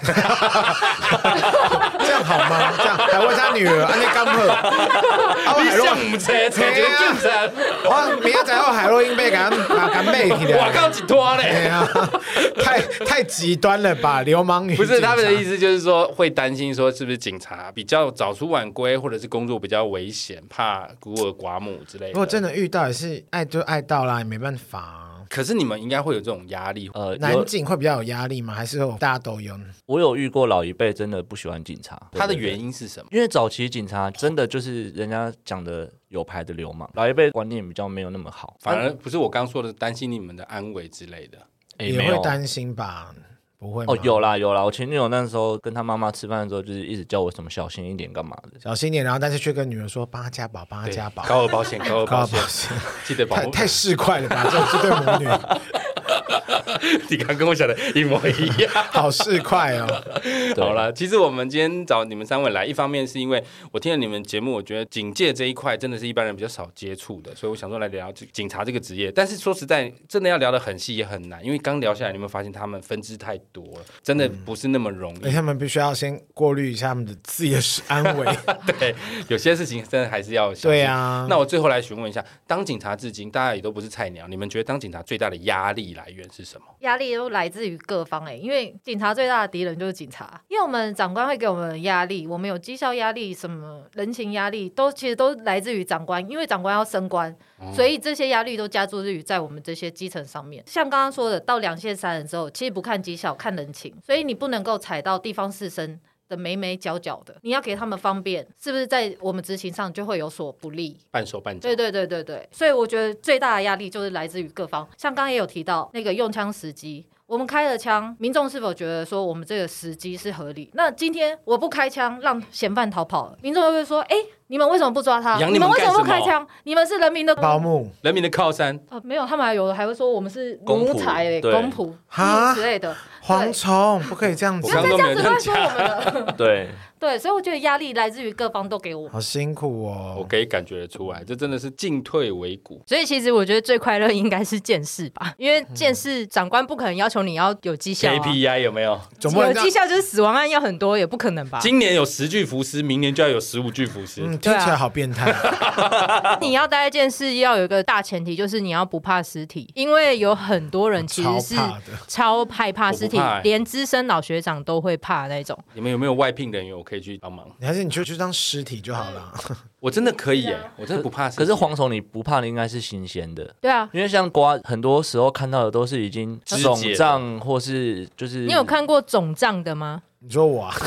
这样好吗？这样还问他女儿，安尼刚好，啊， 你想唔车车一个警察， 我明仔载我海洛因被敢把敢买起来， 我靠一拖嘞！ 对啊，太太极端了吧，流氓女。 不是他们的意思，就是说会担心说是不是警察比较早出晚归，或者是工作比较危险，怕孤儿寡母之类的。 如果真的遇到，也是爱就爱到啦，也没办法、啊。 可是你们应该会有这种压力， 呃， 男警会比较有压力吗？还是大家都有？ 我有遇过老一辈真的不喜欢警察， 他的原因是什么？ 因为早期警察真的就是人家讲的有牌的流氓，老一辈观念比较没有那么好， 反而不是我刚说的担心你们的安危之类的， 也会担心吧？不会哦，有啦有啦，我前女友那时候跟她妈妈吃饭的时候，就是一直叫我什么小心一点干嘛的， 小心一点，然后但是却跟女儿说帮她加保，帮她加保， 高额保险，高额保险，记得保护。 太太市侩了吧？这这对母女。 你刚跟我想的一模一样， 好市侩哦。 好了，其实我们今天找你们三位来，一方面是因为我听了你们节目，我觉得警戒这一块真的是一般人比较少接触的，所以我想说来聊警察这个职业。但是说实在，真的要聊得很细也很难，因为刚聊下来，你们发现他们分支太多了，真的不是那么容易。 而且他们必须要先过滤一下他们的自己的安危。 对，有些事情真的还是要小心。 对啊。 那我最后来询问一下，当警察至今，大家也都不是菜鸟，你们觉得当警察最大的压力来源是什么？ 压力都来自于各方哎、欸，因为警察最大的敌人就是警察，因为我们长官会给我们压力，我们有绩效压力、什么人情压力，都其实都来自于长官，因为长官要升官，嗯、所以这些压力都加注于在我们这些基层上面。像刚刚说的，到两线三人之后，其实不看绩效，看人情，所以你不能够踩到地方士绅的眉眉角角的，你要给他们方便，是不是在我们执行上就会有所不利？ 半手半脚。 对对对对对，所以我觉得最大的压力就是来自于各方。像刚刚也有提到那个用枪时机，我们开了枪，民众是否觉得说我们这个时机是合理？那今天我不开枪，让嫌犯逃跑了，民众会不会说，哎？你们为什么不抓他？ 你 们, 你们为什么不开枪？你们是人民的保姆， 人民的靠山。 呃，没有，他们还有还会说我们是奴才嘞，公仆之类的。 蝗虫不可以这样子， 我刚刚都没有这样说我们的。 对对，所以我觉得压力来自于各方都给我们， 好辛苦哦。 我可以感觉得出来，这真的是进退维谷。 所以其实我觉得最快乐应该是见识吧，因为见识长官不可能要求你要有绩效、啊、 K P I 有没有？ 有绩效就是死亡案要很多，也不可能吧？ 今年有十具浮尸，明年就要有十五具浮尸。 嗯，听起来好变态。 你要待在见识，要有一个大前提，就是你要不怕尸体，因为有很多人其实是超害怕尸体， 欸、 连资深老学长都会怕那种。 你们有没有外聘人员我可以去帮忙？ 还是你就去当尸体就好了。 我真的可以耶、欸，我真的不怕尸体。 可是蝗虫你不怕的应该是新鲜的， 对啊， 因为像瓜很多时候看到的都是已经肿胀或是就是。 你有看过肿胀的吗？ 你说我啊？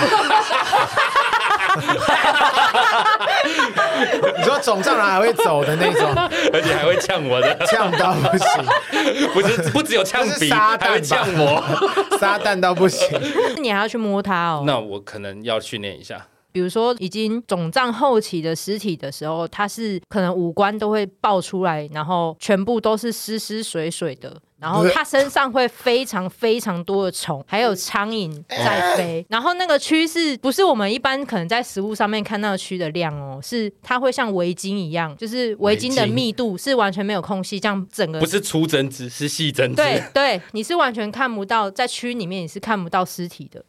你说肿胀了还会走的那种， 而且还会呛我的， 呛到不行。 不是不只有呛鼻，还会呛我， 撒旦到不行。 你还要去摸它哦。 那我可能要训练一下。 比如说已经肿胀后期的尸体的时候，它是可能五官都会爆出来，然后全部都是湿湿水水的，然后它身上会非常非常多的虫，还有苍蝇在飞，然后那个蛆是不是我们一般可能在食物上面看到的蛆的量哦，是它会像围巾一样，就是围巾的密度是完全没有空隙，这样整个不是粗针织，是细针织。 对对，你是完全看不到，在蛆里面你是看不到尸体的。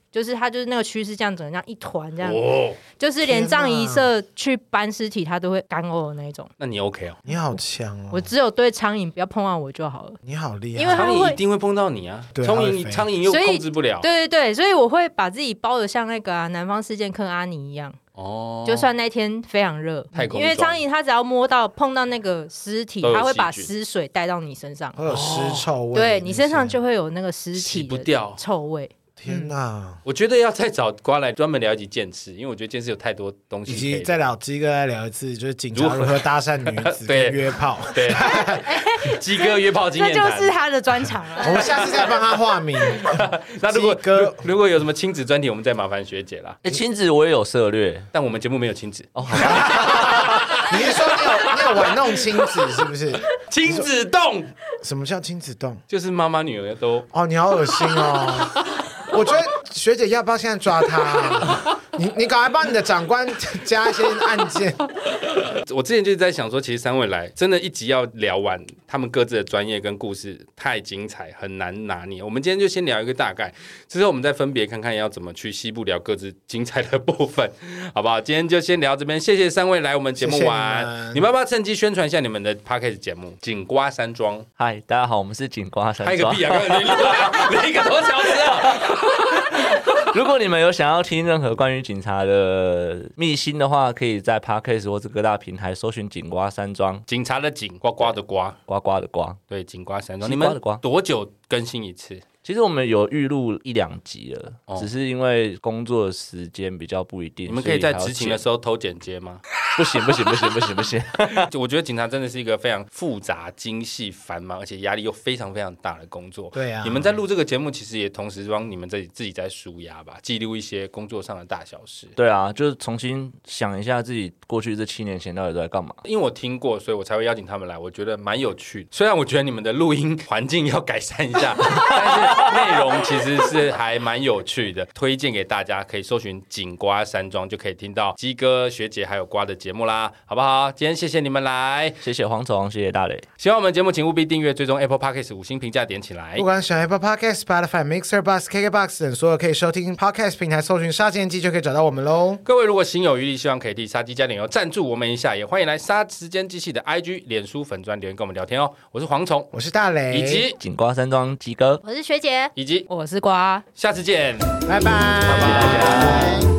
就是它就是那个蛆是这样整个这样一团这样， 哦， 就是连葬仪社去搬尸体它都会干呕的那一种。 那你 OK 哦？ 你好强哦！ 我只有对苍蝇不要碰到我就好了。 你好厉害， 因为它苍蝇会一定会碰到你啊， 对苍它会飞蝇苍蝇又所以控制不了。 对对对，所以我会把自己包的像那个啊南方四剑客阿尼一样。 哦， 就算那天非常热， 太空因为苍蝇它只要摸到碰到那个尸体， 都有它会把细菌尸水带到你身上， 会有尸臭味， 对你身上就会有那个尸洗体的不掉臭味。 天哪！ 我觉得要再找瓜来专门聊一集剑士，因为我觉得剑士有太多东西以可以聊。 及再聊鸡哥再聊一次，就是警察如何搭讪女子对跟约炮。 对，鸡哥约炮经这就验谈。 是他的专长了。 我们下次再帮他化名。 那如果鸡哥如果有什么亲子专题，我们再麻烦学姐啦。 哎，亲子我也有涉略但我们节目没有亲子哦，好吧， 你是说你有你有玩弄亲子是不是？ 亲子洞什么叫亲子洞？ 就是妈妈女儿都哦，你好恶心哦！我觉得学姐要不要现在抓他啊？你你赶快帮你的长官加一些案件。 我之前就是在想说，其实三位来真的一集要聊完他们各自的专业跟故事，太精彩，很难拿捏。我们今天就先聊一个大概，之后我们再分别看看要怎么去西部聊各自精彩的部分，好不好？今天就先聊这边，谢谢三位来我们节目玩。 谢谢你们你们要不要趁机宣传一下你们的 podcast 节目《井瓜山庄》？ 嗨，大家好，我们是井瓜山庄。 开个屁啊！刚才你录了一个多小时啊！ 如果你们有想要听任何关于警察的秘辛的话，可以在 Podcast 或者各大平台搜寻井瓜山庄， 警察的警，呱呱的呱， 呱呱的呱。 对，井瓜山庄。你们西瓜的瓜多久更新一次？ 其实我们有预录一两集了， 哦只是因为工作的时间比较不一定。 你们可以在所还要执勤的剪时候偷剪接吗？ 不行不行不行不行不行。 就我觉得警察真的是一个非常复杂、精细、繁忙，而且压力又非常非常大的工作。 对啊， 你们在录这个节目，其实也同时帮你们自己自己在抒压吧，记录一些工作上的大小事。 对啊，就是重新想一下自己过去这七年前到底都在干嘛。 因为我听过，所以我才会邀请他们来，我觉得蛮有趣的。虽然我觉得你们的录音环境要改善一下，但是内容其实是还蛮有趣的，推荐给大家，可以搜寻井瓜山庄就可以听到鸡哥、学姐还有瓜的节目啦，好不好？今天谢谢你们来， 谢谢黄总，谢谢大磊。 喜欢我们节目，请务必订阅、追踪 Apple Podcast 五星评价点起来不。管喜欢 Apple Podcast、Spotify、Mixer、Bus、K K Box 等所有可以收听 Podcast 平台，搜寻杀时间机就可以找到我们喽。 各位如果心有余力，希望可以替杀鸡加点油赞助我们一下，也欢迎来杀时间机器的 I G、脸书粉专留言跟我们聊天哦。我是蝗虫， 我是大雷， 以及井瓜山庄鸡哥， 我是学姐， 以及我是瓜。 下次见。 拜拜，拜谢谢大家。